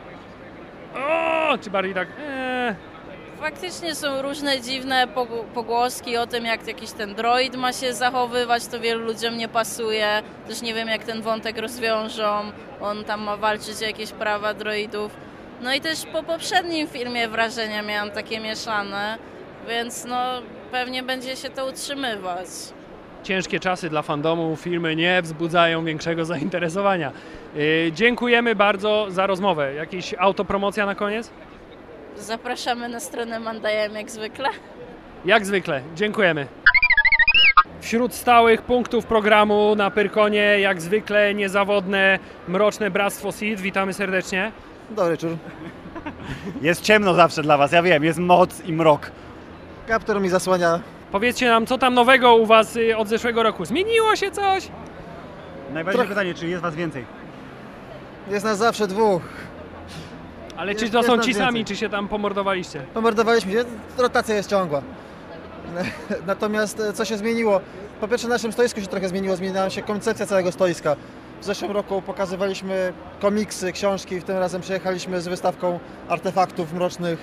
o, czy bardziej tak ee. Faktycznie są różne dziwne pogłoski o tym, jak jakiś ten droid ma się zachowywać, to wielu ludziom nie pasuje. Też nie wiem, jak ten wątek rozwiążą. On tam ma walczyć o jakieś prawa droidów. No i też po poprzednim filmie wrażenia miałam takie mieszane, więc no pewnie będzie się to utrzymywać. Ciężkie czasy dla fandomu, filmy nie wzbudzają większego zainteresowania. Yy, dziękujemy bardzo za rozmowę. Jakaś autopromocja na koniec? Zapraszamy na stronę Mandajem jak zwykle. Jak zwykle, dziękujemy. Wśród stałych punktów programu na Pyrkonie, jak zwykle niezawodne, mroczne Bractwo Sith. Witamy serdecznie. Dobry wieczór. Jest ciemno zawsze dla was, ja wiem, jest moc i mrok. Kaptur mi zasłania. Powiedzcie nam, co tam nowego u was od zeszłego roku? Zmieniło się coś? Najważniejsze Troch... pytanie, czy jest was więcej? Jest nas zawsze dwóch. Ale jest, czy to są ci więcej. Sami, czy się tam pomordowaliście? Pomordowaliśmy się, rotacja jest ciągła. Natomiast co się zmieniło? Po pierwsze, na naszym stoisku się trochę zmieniło, zmieniła się koncepcja całego stoiska. W zeszłym roku pokazywaliśmy komiksy, książki, w tym razem przyjechaliśmy z wystawką artefaktów mrocznych,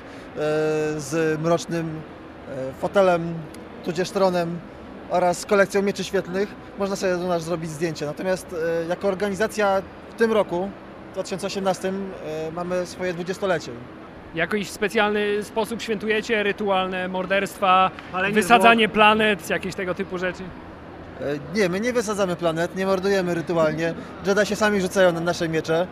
z mrocznym fotelem, tudzież tronem oraz z kolekcją mieczy świetlnych. Można sobie do nas zrobić zdjęcie. Natomiast jako organizacja w tym roku, w dwa tysiące osiemnastym, mamy swoje dwudziestolecie. Jakiś specjalny sposób świętujecie? Rytualne morderstwa, Ale wysadzanie planet, jakieś tego typu rzeczy? Nie, my nie wysadzamy planet, nie mordujemy rytualnie. Jedi się sami rzucają na nasze miecze.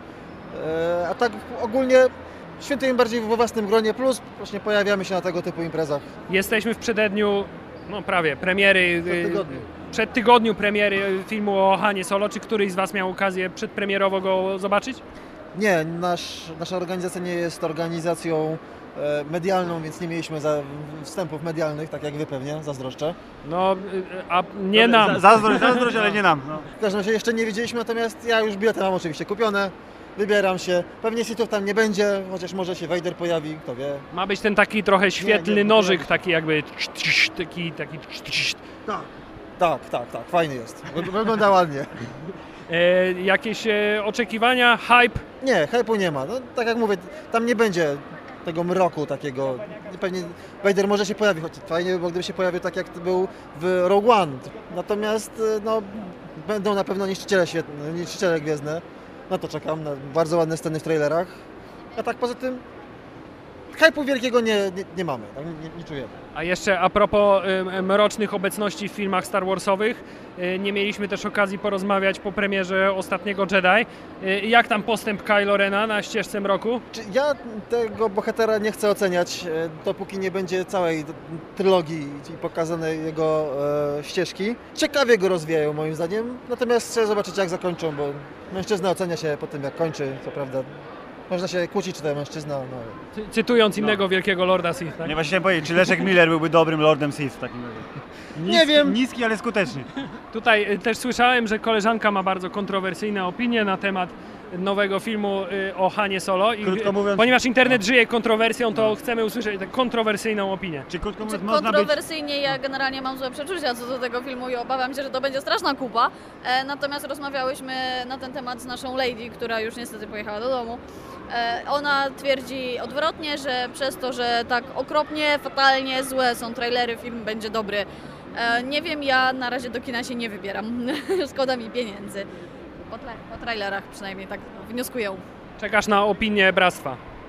A tak ogólnie świętujemy bardziej we własnym gronie, plus właśnie pojawiamy się na tego typu imprezach. Jesteśmy w przededniu, no prawie, premiery, Przed tygodniu. przed tygodniu premiery filmu o Hanie Solo. Czy któryś z was miał okazję przedpremierowo go zobaczyć? Nie, nasz, nasza organizacja nie jest organizacją e, medialną, więc nie mieliśmy za, wstępów medialnych, tak jak wy pewnie, zazdroszczę. No, a nie nam. Zazdrość, zazdrość, ale nie nam. No. W każdym razie jeszcze nie wiedzieliśmy, natomiast ja już bilety mam oczywiście kupione, wybieram się. Pewnie sitów tam nie będzie, chociaż może się Vader pojawi, kto wie. Ma być ten taki trochę świetlny Nie, nie, nożyk, nie. taki jakby taki, taki... Tak, tak, tak, tak, fajny jest. Wygląda ładnie. E, jakieś e, oczekiwania, hype? Nie, hype'u nie ma. No, tak jak mówię, tam nie będzie tego mroku takiego. Pewnie Vader może się pojawi, choć fajnie by było, gdyby się pojawił tak jak był w Rogue One. Natomiast no, będą na pewno niszczyciele świetne, niszczyciele gwiezdne. No to czekam na bardzo ładne sceny w trailerach. A tak poza tym hype'u wielkiego nie, nie, nie mamy, tak? nie, nie czujemy. A jeszcze a propos y, mrocznych obecności w filmach Star Warsowych, y, nie mieliśmy też okazji porozmawiać po premierze ostatniego Jedi. Y, jak tam postęp Kylo Rena na ścieżce mroku? Czy ja tego bohatera nie chcę oceniać, e, dopóki nie będzie całej trylogii i pokazanej jego e, ścieżki. Ciekawie go rozwijają moim zdaniem, natomiast trzeba zobaczyć jak zakończą, bo mężczyzna ocenia się po tym jak kończy, co prawda. Można się kłócić, czy to mężczyzna. No. Cy- Cytując innego no. wielkiego Lorda Sith, tak? Nie właśnie chciałem powiedzieć, czy Leszek Miller byłby dobrym Lordem Sith w takim razie. Niski, Nie wiem. Niski, ale skuteczny. Tutaj y, też słyszałem, że koleżanka ma bardzo kontrowersyjne opinie na temat nowego filmu y, o Hanie Solo i Krótko mówiąc, ponieważ internet no. żyje kontrowersją, to no. chcemy usłyszeć tę kontrowersyjną opinię. Czy krótko mówiąc, Czy można być... kontrowersyjnie, ja generalnie mam złe przeczucia co do tego filmu i obawiam się, że to będzie straszna kupa. E, natomiast rozmawiałyśmy na ten temat z naszą lady, która już niestety pojechała do domu. E, ona twierdzi odwrotnie, że przez to, że tak okropnie, fatalnie złe są trailery, film będzie dobry. E, nie wiem, ja na razie do kina się nie wybieram. Szkoda mi pieniędzy. Po, tra- po trailerach przynajmniej tak wnioskuję. Czekasz na opinię bractwa?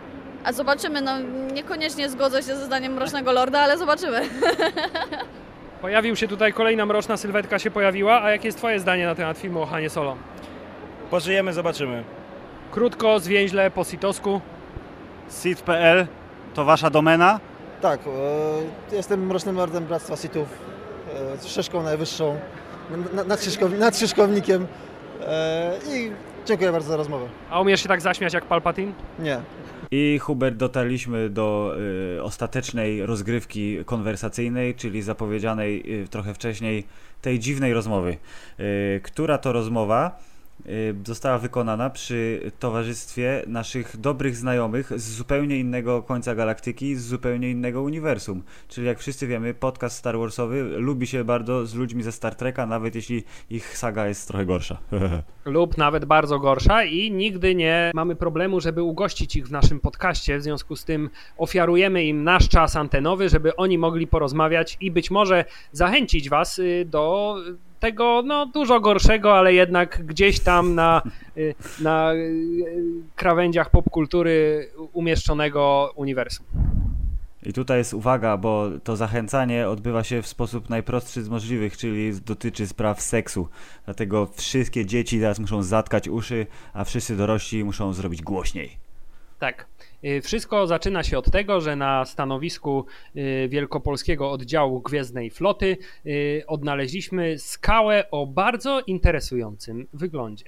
A zobaczymy, no niekoniecznie zgodzę się ze zdaniem Mrocznego Lorda, ale zobaczymy. Pojawił się tutaj kolejna mroczna sylwetka się pojawiła, a jakie jest twoje zdanie na temat filmu o Hanie Solo? Pożyjemy, zobaczymy. Krótko, zwięźle, po sitowsku. Sith kropka p l to wasza domena? Tak, e, jestem Mrocznym Lordem Bractwa Sithów, e, szyszką najwyższą, nadkrzyżkow, nadkrzyżkownikiem e, i dziękuję bardzo za rozmowę. A umiesz się tak zaśmiać jak Palpatine? Nie. I Hubert, dotarliśmy do y, ostatecznej rozgrywki konwersacyjnej, czyli zapowiedzianej y, trochę wcześniej tej dziwnej rozmowy. Y, która to rozmowa y, została wykonana przy towarzystwie naszych dobrych znajomych z zupełnie innego końca galaktyki, z zupełnie innego uniwersum. Czyli jak wszyscy wiemy, podcast Star Warsowy lubi się bardzo z ludźmi ze Star Treka, nawet jeśli ich saga jest trochę gorsza. Lub nawet bardzo gorsza i nigdy nie mamy problemu, żeby ugościć ich w naszym podcaście, w związku z tym ofiarujemy im nasz czas antenowy, żeby oni mogli porozmawiać i być może zachęcić was do tego no, dużo gorszego, ale jednak gdzieś tam na, na krawędziach popkultury umieszczonego uniwersum. I tutaj jest uwaga, bo to zachęcanie odbywa się w sposób najprostszy z możliwych, czyli dotyczy spraw seksu. Dlatego wszystkie dzieci teraz muszą zatkać uszy, a wszyscy dorośli muszą zrobić głośniej. Tak. Wszystko zaczyna się od tego, że na stanowisku wielkopolskiego oddziału Gwiezdnej Floty odnaleźliśmy skałę o bardzo interesującym wyglądzie.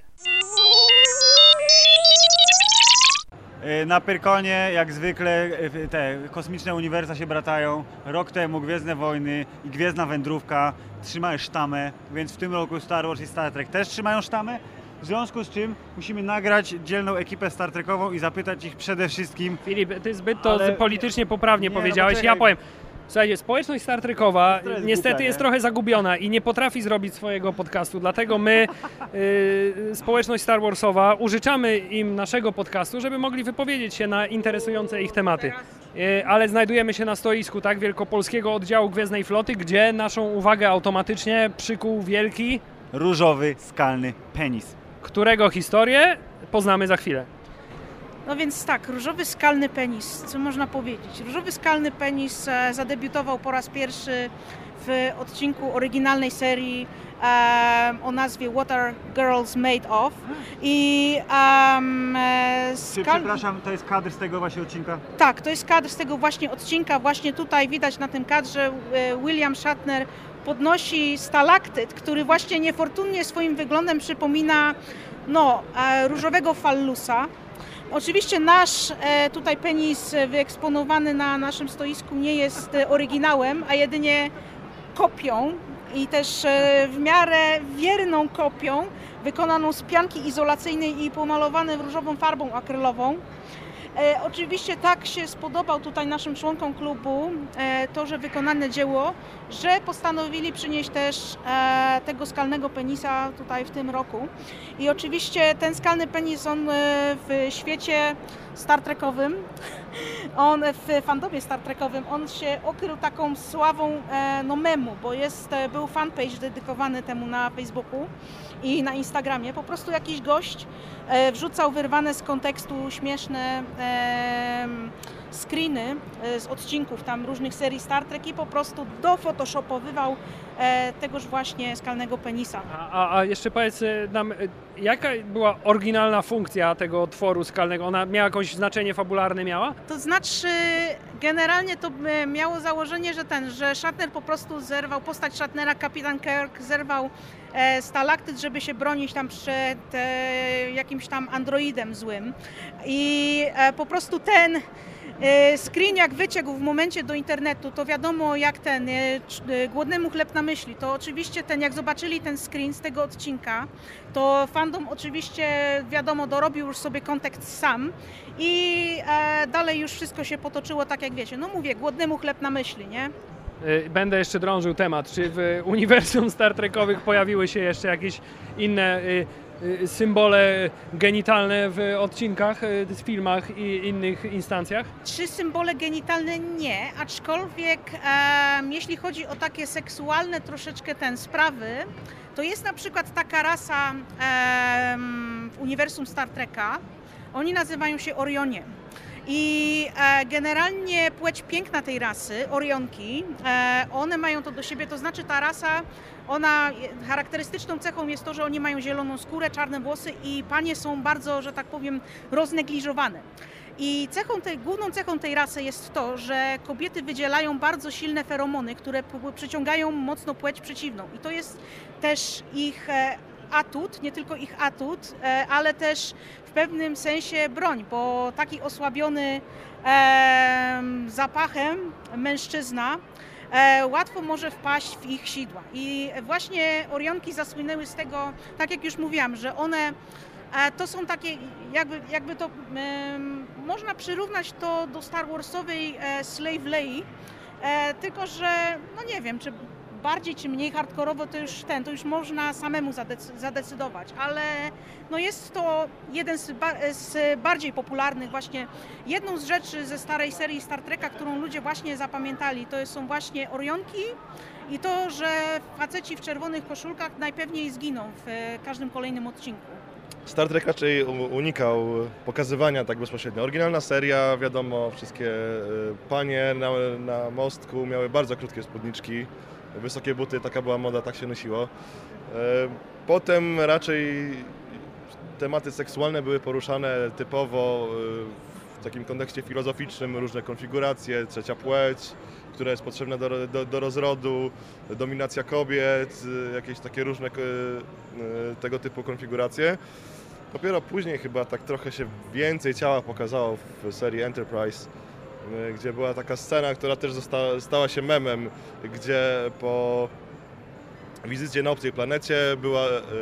Na Pyrkonie, jak zwykle, te kosmiczne uniwersa się bratają. Rok temu Gwiezdne Wojny i Gwiezdna Wędrówka trzymają sztamę, więc w tym roku Star Wars i Star Trek też trzymają sztamę. W związku z czym musimy nagrać dzielną ekipę Star Trekową i zapytać ich przede wszystkim... Filip, ty zbyt to ale... politycznie poprawnie nie, powiedziałeś. No ja powiem... Słuchajcie, społeczność Star Trekowa jest niestety głupia, jest nie? trochę zagubiona i nie potrafi zrobić swojego podcastu, dlatego my, yy, społeczność Star Warsowa, użyczamy im naszego podcastu, żeby mogli wypowiedzieć się na interesujące ich tematy. Yy, ale znajdujemy się na stoisku tak wielkopolskiego oddziału Gwiezdnej Floty, gdzie naszą uwagę automatycznie przykuł wielki... różowy, skalny penis. Którego historię poznamy za chwilę. No więc tak, różowy skalny penis, co można powiedzieć? Różowy skalny penis e, zadebiutował po raz pierwszy w odcinku oryginalnej serii e, o nazwie What Are Girls Made Of? I um, e, Czy, skal... przepraszam, to jest kadr z tego właśnie odcinka? Tak, to jest kadr z tego właśnie odcinka. Właśnie tutaj widać na tym kadrze e, William Shatner podnosi stalaktyt, który właśnie niefortunnie swoim wyglądem przypomina no, e, różowego fallusa. Oczywiście nasz e, tutaj penis wyeksponowany na naszym stoisku nie jest e, oryginałem, a jedynie kopią i też e, w miarę wierną kopią wykonaną z pianki izolacyjnej i pomalowanym różową farbą akrylową. E, oczywiście tak się spodobał tutaj naszym członkom klubu e, to, że wykonane dzieło, że postanowili przynieść też e, tego skalnego penisa tutaj w tym roku. I oczywiście ten skalny penis, on e, w świecie Star Trekowym, on w fandomie Star Trekowym, on się okrył taką sławą e, no memu, bo jest, e, był fanpage dedykowany temu na Facebooku i na Instagramie. Po prostu jakiś gość e, wrzucał wyrwane z kontekstu śmieszne e, screeny e, z odcinków tam różnych serii Star Trek i po prostu dophotoshopowywał e, tegoż właśnie skalnego penisa. A, a jeszcze powiedz nam, jaka była oryginalna funkcja tego tworu skalnego? Ona miała jakieś znaczenie fabularne miała? To znaczy generalnie to miało założenie, że ten, że Shatner po prostu zerwał, postać Shatnera, kapitan Kirk zerwał e, stalaktyt, żeby się bronić tam przed e, jakimś tam androidem złym i e, po prostu ten screen jak wyciekł w momencie do internetu, to wiadomo jak ten, głodnemu chleb na myśli, to oczywiście ten, jak zobaczyli ten screen z tego odcinka, to fandom oczywiście wiadomo dorobił już sobie kontekst sam i e, dalej już wszystko się potoczyło tak jak wiecie, no mówię, głodnemu chleb na myśli, nie? Będę jeszcze drążył temat, czy w uniwersum Star Trekowych pojawiły się jeszcze jakieś inne symbole genitalne w odcinkach, w filmach i innych instancjach? Trzy symbole genitalne nie, aczkolwiek e, jeśli chodzi o takie seksualne troszeczkę ten sprawy, to jest na przykład taka rasa e, w uniwersum Star Treka, oni nazywają się Orionie. I e, generalnie płeć piękna tej rasy, Orionki, e, one mają to do siebie, to znaczy ta rasa, ona charakterystyczną cechą jest to, że oni mają zieloną skórę, czarne włosy i panie są bardzo, że tak powiem, roznegliżowane. I cechą tej, główną cechą tej rasy jest to, że kobiety wydzielają bardzo silne feromony, które przyciągają mocno płeć przeciwną. I to jest też ich e, atut, nie tylko ich atut, e, ale też w pewnym sensie broń, bo taki osłabiony e, zapachem mężczyzna e, łatwo może wpaść w ich sidła. I właśnie Orionki zasłynęły z tego, tak jak już mówiłam, że one e, to są takie, jakby, jakby to, e, można przyrównać to do Star Warsowej e, Slave Leia, e, tylko że, no nie wiem, czy bardziej czy mniej hardkorowo to już ten, to już można samemu zadecydować, ale no jest to jeden z, ba z bardziej popularnych właśnie, jedną z rzeczy ze starej serii Star Treka, którą ludzie właśnie zapamiętali, to są właśnie Orionki i to, że faceci w czerwonych koszulkach najpewniej zginą w każdym kolejnym odcinku. Star Trek raczej unikał pokazywania tak bezpośrednio. Oryginalna seria, wiadomo, wszystkie panie na, na mostku miały bardzo krótkie spódniczki, wysokie buty, taka była moda, tak się nosiło. Potem raczej tematy seksualne były poruszane typowo w takim kontekście filozoficznym, różne konfiguracje, trzecia płeć, która jest potrzebna do, do, do rozrodu, dominacja kobiet, jakieś takie różne tego typu konfiguracje. Dopiero później chyba tak trochę się więcej ciała pokazało w serii Enterprise, gdzie była taka scena, która też została, stała się memem, gdzie po wizycie na obcej planecie była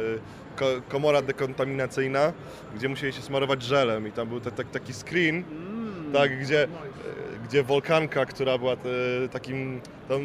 komora dekontaminacyjna, gdzie musieli się smarować żelem i tam był t- t- taki screen, mm. tak, gdzie, gdzie Wolkanka, która była t- takim tą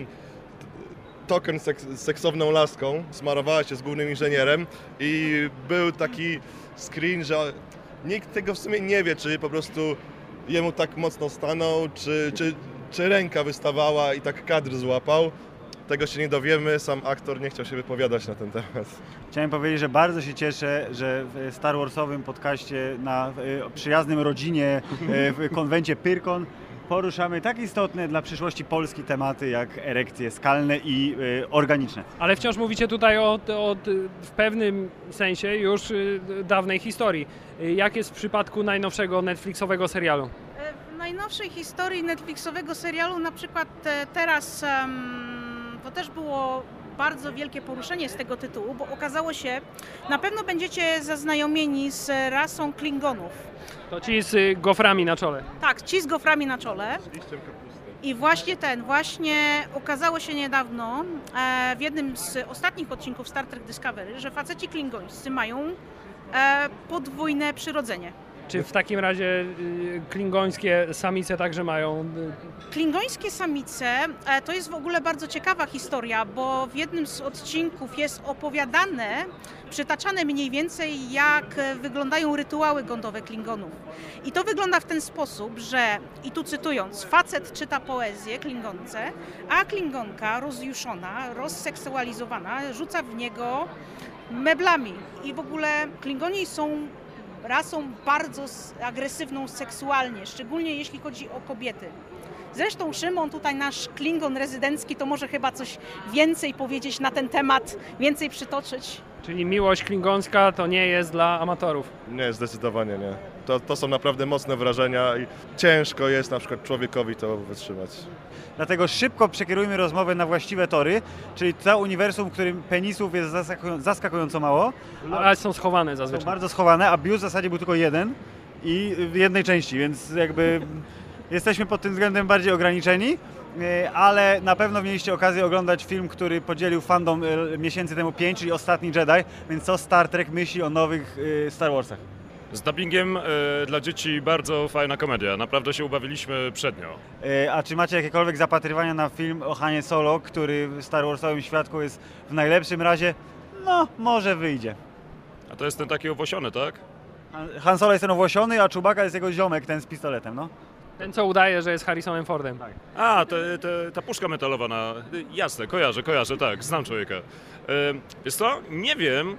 token seks- seksowną laską, smarowała się z głównym inżynierem i był taki screen, że nikt tego w sumie nie wie, czy po prostu jemu tak mocno stanął, czy, czy, czy ręka wystawała i tak kadr złapał. Tego się nie dowiemy, sam aktor nie chciał się wypowiadać na ten temat. Chciałem powiedzieć, że bardzo się cieszę, że w Star Warsowym podcaście na przyjaznym rodzinie w konwencie Pyrkon poruszamy tak istotne dla przyszłości Polski tematy jak erekcje skalne i y, organiczne. Ale wciąż mówicie tutaj o, o w pewnym sensie już y, dawnej historii. Jak jest w przypadku najnowszego Netflixowego serialu? W najnowszej historii Netflixowego serialu na przykład teraz um, to też było bardzo wielkie poruszenie z tego tytułu, bo okazało się, na pewno będziecie zaznajomieni z rasą Klingonów. To ci z goframi na czole. Tak, ci z goframi na czole. I właśnie ten, właśnie okazało się niedawno e, w jednym z ostatnich odcinków Star Trek Discovery, że faceci klingońscy mają e, podwójne przyrodzenie. Czy w takim razie y, klingońskie samice także mają... Y... Klingońskie samice e, to jest w ogóle bardzo ciekawa historia, bo w jednym z odcinków jest opowiadane, przytaczane mniej więcej, jak wyglądają rytuały gondowe Klingonów. I to wygląda w ten sposób, że, i tu cytując, facet czyta poezję Klingonce, a Klingonka rozjuszona, rozseksualizowana rzuca w niego meblami. I w ogóle Klingoni są rasą bardzo agresywną seksualnie, szczególnie jeśli chodzi o kobiety. Zresztą Szymon, tutaj nasz Klingon rezydencki, to może chyba coś więcej powiedzieć na ten temat, więcej przytoczyć. Czyli miłość klingońska to nie jest dla amatorów? Nie, zdecydowanie nie. To, to są naprawdę mocne wrażenia i ciężko jest na przykład człowiekowi to wytrzymać. Dlatego szybko przekierujmy rozmowę na właściwe tory, czyli to uniwersum, w którym penisów jest zaskakująco mało. Ale są schowane zazwyczaj. Są bardzo schowane, a Bius w zasadzie był tylko jeden i w jednej części, więc jakby jesteśmy pod tym względem bardziej ograniczeni. Ale na pewno mieliście okazję oglądać film, który podzielił fandom miesięcy temu pięć, czyli Ostatni Jedi, więc co Star Trek myśli o nowych Star Warsach? Z dubbingiem y, dla dzieci bardzo fajna komedia, naprawdę się ubawiliśmy przednio. A czy macie jakiekolwiek zapatrywania na film o Hanie Solo, który w Star Warsowym świadku jest w najlepszym razie, no może wyjdzie. A to jest ten taki owłosiony, tak? Han Solo jest ten owłosiony, a Chewbacca jest jego ziomek, ten z pistoletem, no. Ten, co udaje, że jest Harrisonem Fordem. Tak. A, te, te, ta puszka metalowa na... Jasne, kojarzę, kojarzę, tak, znam człowieka. Yy, wiesz co, nie wiem,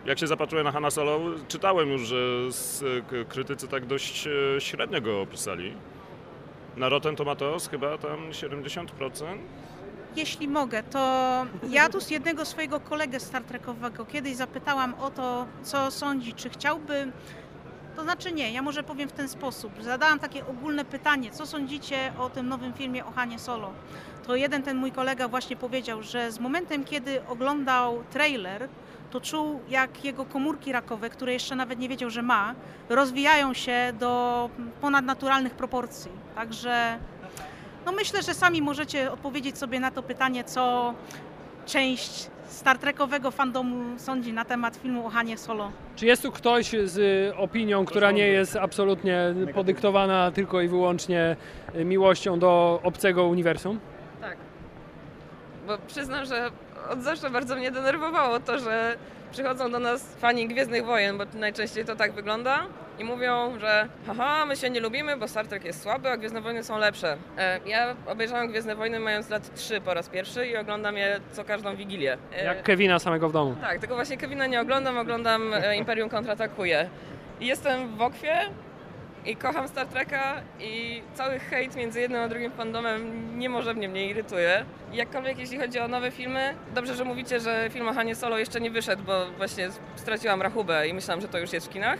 jak się zapatrzyłem na Hanna Solo, czytałem już, że krytycy tak dość średnio go opisali. Na Rotten Tomatoes chyba tam siedemdziesiąt procent. Jeśli mogę, to ja tu z jednego swojego kolegę Star Trekowego kiedyś zapytałam o to, co sądzi, czy chciałby, to znaczy nie, ja może powiem w ten sposób. Zadałam takie ogólne pytanie, co sądzicie o tym nowym filmie o Hanie Solo? To jeden ten mój kolega właśnie powiedział, że z momentem, kiedy oglądał trailer, to czuł, jak jego komórki rakowe, które jeszcze nawet nie wiedział, że ma, rozwijają się do ponadnaturalnych proporcji. Także no myślę, że sami możecie odpowiedzieć sobie na to pytanie, co część Star Trekowego fandomu sądzi na temat filmu o Hanie Solo. Czy jest tu ktoś z opinią, która nie jest absolutnie podyktowana tylko i wyłącznie miłością do obcego uniwersum? Tak, bo przyznam, że od zawsze bardzo mnie denerwowało to, że przychodzą do nas fani Gwiezdnych Wojen, bo najczęściej to tak wygląda i mówią, że haha, my się nie lubimy, bo Star Trek jest słaby, a Gwiezdne Wojny są lepsze. Ja obejrzałam Gwiezdne Wojny mając lat trzy po raz pierwszy i oglądam je co każdą Wigilię. Jak Kevina samego w domu. Tak, tylko właśnie Kevina nie oglądam, oglądam Imperium kontratakuje. I jestem w okwie i kocham Star Treka i cały hejt między jednym a drugim fandomem niemożebnie mnie irytuje. I jakkolwiek jeśli chodzi o nowe filmy, dobrze, że mówicie, że film o Hanie Solo jeszcze nie wyszedł, bo właśnie straciłam rachubę i myślałam, że to już jest w kinach.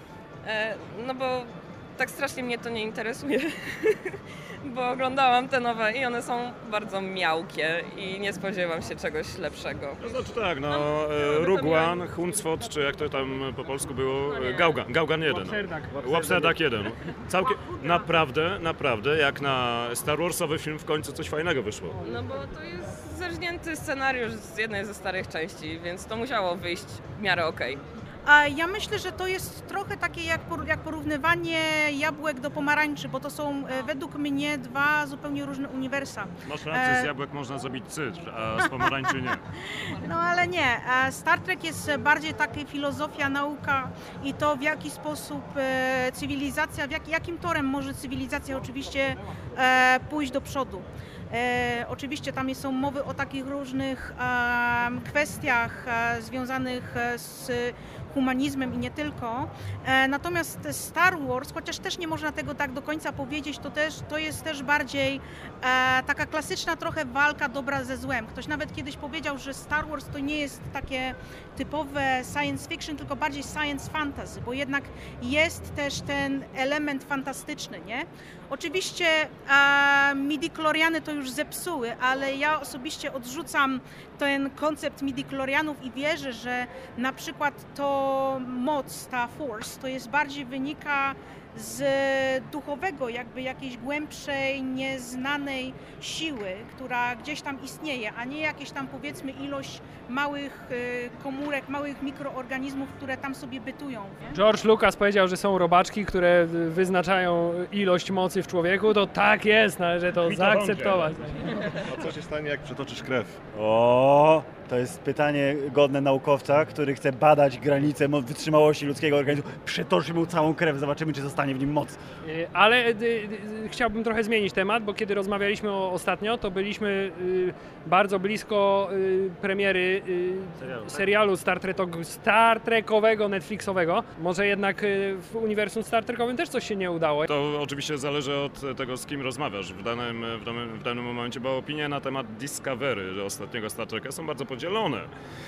No bo tak strasznie mnie to nie interesuje, bo oglądałam te nowe i one są bardzo miałkie i nie spodziewam się czegoś lepszego. To znaczy tak, no, no Rogue One, Huncford, czy jak to tam po polsku było, no Gaugan, Gaugan jeden. Łapserdak jeden. Całkiem, naprawdę, naprawdę, jak na Star Warsowy film w końcu coś fajnego wyszło. No bo to jest zerżnięty scenariusz z jednej ze starych części, więc to musiało wyjść w miarę okej. A ja myślę, że to jest trochę takie jak, jak porównywanie jabłek do pomarańczy, bo to są według mnie dwa zupełnie różne uniwersa. Masz rację, z jabłek można zrobić cydr, a z pomarańczy nie. No ale nie. Star Trek jest bardziej taka filozofia, nauka i to w jaki sposób cywilizacja, w jak, jakim torem może cywilizacja oczywiście pójść do przodu. E, oczywiście tam są mowy o takich różnych e, kwestiach e, związanych z humanizmem i nie tylko. E, natomiast Star Wars, chociaż też nie można tego tak do końca powiedzieć, to, też, to jest też bardziej e, taka klasyczna trochę walka dobra ze złem. Ktoś nawet kiedyś powiedział, że Star Wars to nie jest takie typowe science fiction, tylko bardziej science fantasy, bo jednak jest też ten element fantastyczny, nie? Oczywiście e, midi-chloriany to już zepsuły, ale ja osobiście odrzucam ten koncept midi-chlorianów i wierzę, że na przykład to moc, ta force, to jest bardziej wynika z duchowego, jakby jakiejś głębszej, nieznanej siły, która gdzieś tam istnieje, a nie jakieś tam powiedzmy ilość małych komórek, małych mikroorganizmów, które tam sobie bytują. Nie? George Lucas powiedział, że są robaczki, które wyznaczają ilość mocy w człowieku, to tak jest, należy to zaakceptować. A co się stanie, jak przetoczysz krew? O, to jest pytanie godne naukowca, który chce badać granice wytrzymałości ludzkiego organizmu. Przetoczy mu całą krew, zobaczymy, czy zostanie w nim moc. Ale y, y, chciałbym trochę zmienić temat, bo kiedy rozmawialiśmy o, ostatnio, to byliśmy y, bardzo blisko y, premiery y, serialu, serialu Star, Trek, Star Trekowego, Netflixowego. Może jednak y, w uniwersum Star Trekowym też coś się nie udało. To oczywiście zależy od tego, z kim rozmawiasz w danym, w danym, w danym momencie, bo opinie na temat Discovery, ostatniego Star Treka, są bardzo podzielone.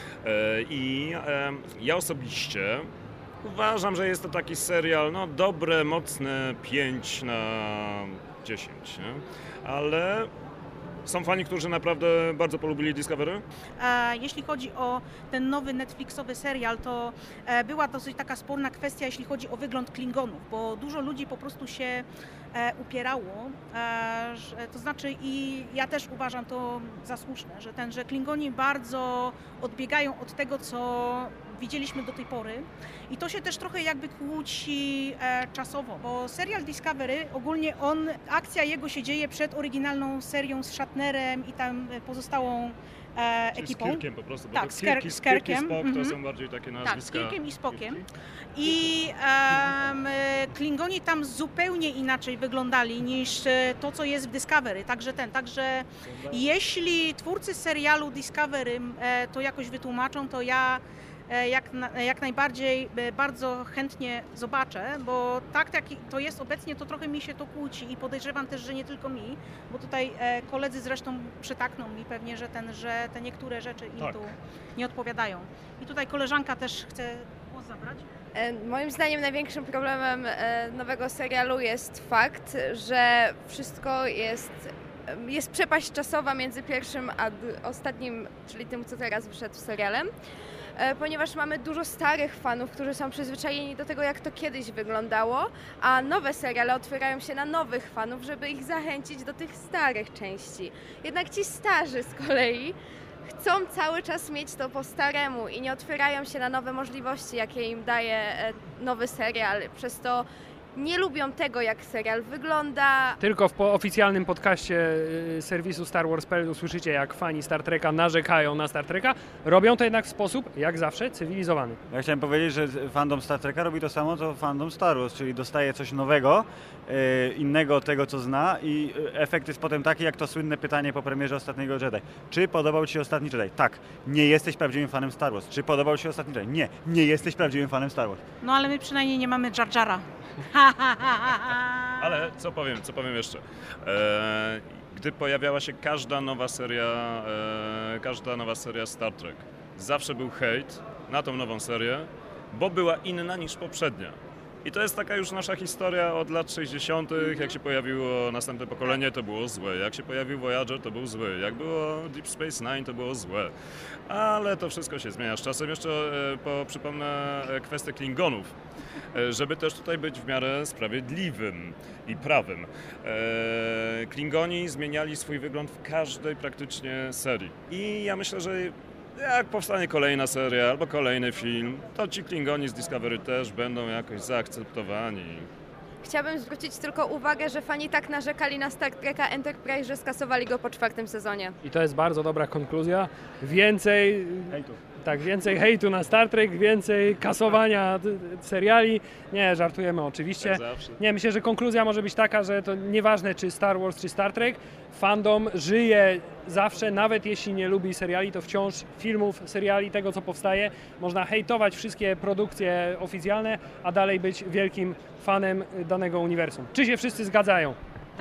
I ja osobiście uważam, że jest to taki serial, no dobre, mocne pięć na dziesięć, nie? Ale są fani, którzy naprawdę bardzo polubili Discovery? Jeśli chodzi o ten nowy Netflixowy serial, to była dosyć taka sporna kwestia, jeśli chodzi o wygląd Klingonów, bo dużo ludzi po prostu się upierało, to znaczy i ja też uważam to za słuszne, że ten, że Klingoni bardzo odbiegają od tego, co widzieliśmy do tej pory i to się też trochę jakby kłóci e, czasowo, bo serial Discovery, ogólnie on, akcja jego się dzieje przed oryginalną serią z Shatnerem i tam pozostałą e, ekipą. Z Kirkiem po prostu, bo tak, to z, Kirk, z Kirkiem. Kirk i Spock to mm-hmm. są bardziej takie nazwiska. Tak, z Kirkiem i Spockiem. I um, Klingoni tam zupełnie inaczej wyglądali niż to, co jest w Discovery. Także ten, także jeśli twórcy serialu Discovery e, to jakoś wytłumaczą, to ja jak, na, jak najbardziej bardzo chętnie zobaczę, bo tak jak to jest obecnie, to trochę mi się to kłóci i podejrzewam też, że nie tylko mi, bo tutaj koledzy zresztą przytakną mi pewnie, że, ten, że te niektóre rzeczy im tak. tu nie odpowiadają. I tutaj koleżanka też chce głos zabrać. Moim zdaniem największym problemem nowego serialu jest fakt, że wszystko jest, jest przepaść czasowa między pierwszym a ostatnim, czyli tym, co teraz wyszedł serialem, ponieważ mamy dużo starych fanów, którzy są przyzwyczajeni do tego, jak to kiedyś wyglądało, a nowe seriale otwierają się na nowych fanów, żeby ich zachęcić do tych starych części. Jednak ci starzy z kolei chcą cały czas mieć to po staremu i nie otwierają się na nowe możliwości, jakie im daje nowy serial. Przez to nie lubią tego, jak serial wygląda. Tylko w po oficjalnym podcaście serwisu Star Wars kropka p l usłyszycie, jak fani Star Treka narzekają na Star Treka. Robią to jednak w sposób, jak zawsze, cywilizowany. Ja chciałem powiedzieć, że fandom Star Treka robi to samo, co fandom Star Wars, czyli dostaje coś nowego, innego od tego, co zna i efekt jest potem taki, jak to słynne pytanie po premierze Ostatniego Jedi. Czy podobał Ci się Ostatni Jedi? Tak. Nie jesteś prawdziwym fanem Star Wars. Czy podobał Ci się Ostatni Jedi? Nie. Nie jesteś prawdziwym fanem Star Wars. No ale my przynajmniej nie mamy Jar Jara. Ale co powiem, co powiem jeszcze? E, gdy pojawiała się każda nowa seria, e, każda nowa seria Star Trek, zawsze był hejt na tą nową serię, bo była inna niż poprzednia. I to jest taka już nasza historia od lat sześćdziesiątych. Jak się pojawiło następne pokolenie, to było złe. Jak się pojawił Voyager, to był zły. Jak było Deep Space Nine, to było złe. Ale to wszystko się zmienia z czasem. Jeszcze po, przypomnę kwestię Klingonów, żeby też tutaj być w miarę sprawiedliwym i prawym. Klingoni zmieniali swój wygląd w każdej praktycznie serii. I ja myślę, że jak powstanie kolejna seria albo kolejny film, to ci Klingoni z Discovery też będą jakoś zaakceptowani. Chciałabym zwrócić tylko uwagę, że fani tak narzekali na Star Treka Enterprise, że skasowali go po czwartym sezonie. I to jest bardzo dobra konkluzja. Więcej hejtu. Tak, więcej hejtu na Star Trek, więcej kasowania seriali. Nie, żartujemy oczywiście. Tak zawsze. Nie, myślę, że konkluzja może być taka, że to nieważne czy Star Wars, czy Star Trek, fandom żyje zawsze, nawet jeśli nie lubi seriali, to wciąż filmów, seriali, tego co powstaje. Można hejtować wszystkie produkcje oficjalne, a dalej być wielkim fanem danego uniwersum. Czy się wszyscy zgadzają?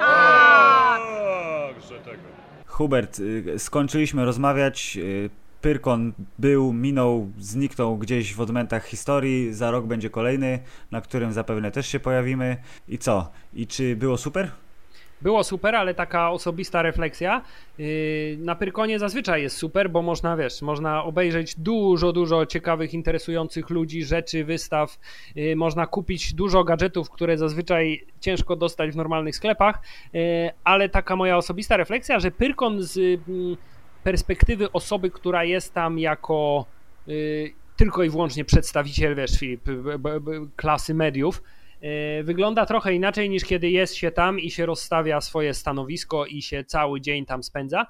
Tak! Że tego. Hubert, skończyliśmy rozmawiać. Pyrkon był, minął, zniknął gdzieś w odmętach historii, za rok będzie kolejny, na którym zapewne też się pojawimy. I co? I czy było super? Było super, ale taka osobista refleksja. Na Pyrkonie zazwyczaj jest super, bo można, wiesz, można obejrzeć dużo, dużo ciekawych, interesujących ludzi, rzeczy, wystaw. Można kupić dużo gadżetów, które zazwyczaj ciężko dostać w normalnych sklepach, ale taka moja osobista refleksja, że Pyrkon z perspektywy osoby, która jest tam jako y, tylko i wyłącznie przedstawiciel, wiesz, Filip, b, b, b, klasy mediów, y, wygląda trochę inaczej niż kiedy jest się tam i się rozstawia swoje stanowisko i się cały dzień tam spędza,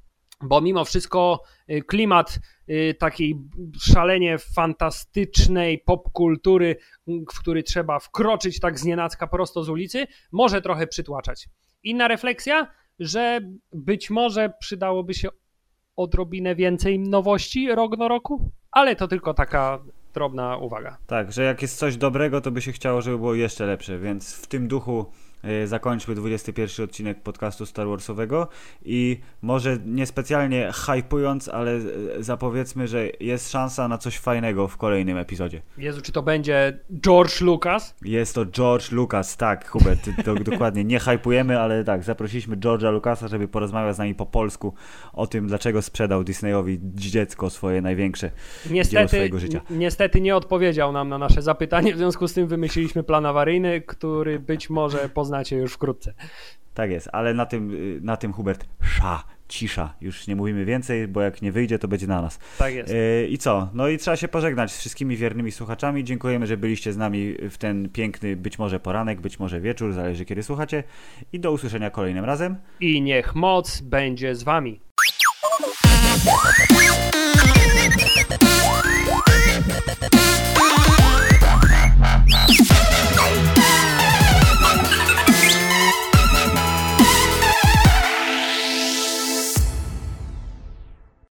bo mimo wszystko y, klimat y, takiej szalenie fantastycznej popkultury, w który trzeba wkroczyć tak znienacka prosto z ulicy, może trochę przytłaczać. Inna refleksja, że być może przydałoby się odrobinę więcej nowości rok do roku, ale to tylko taka drobna uwaga. Tak, że jak jest coś dobrego, to by się chciało, żeby było jeszcze lepsze, więc w tym duchu zakończmy dwudziesty pierwszy odcinek podcastu Star Warsowego i może niespecjalnie hypując, ale zapowiedzmy, że jest szansa na coś fajnego w kolejnym epizodzie. Jezu, czy to będzie George Lucas? Jest to George Lucas, tak, Hubert, to, dokładnie, nie hypujemy, ale tak, zaprosiliśmy George'a Lucasa, żeby porozmawiał z nami po polsku o tym, dlaczego sprzedał Disneyowi dziecko swoje największe niestety, dzieło swojego życia. Niestety nie odpowiedział nam na nasze zapytanie, w związku z tym wymyśliliśmy plan awaryjny, który być może poznacie już wkrótce. Tak jest, ale na tym, na tym Hubert, sza, cisza, już nie mówimy więcej, bo jak nie wyjdzie, to będzie na nas. Tak jest. Yy, I co? No i trzeba się pożegnać z wszystkimi wiernymi słuchaczami. Dziękujemy, że byliście z nami w ten piękny, być może poranek, być może wieczór, zależy kiedy słuchacie i do usłyszenia kolejnym razem. I niech moc będzie z wami.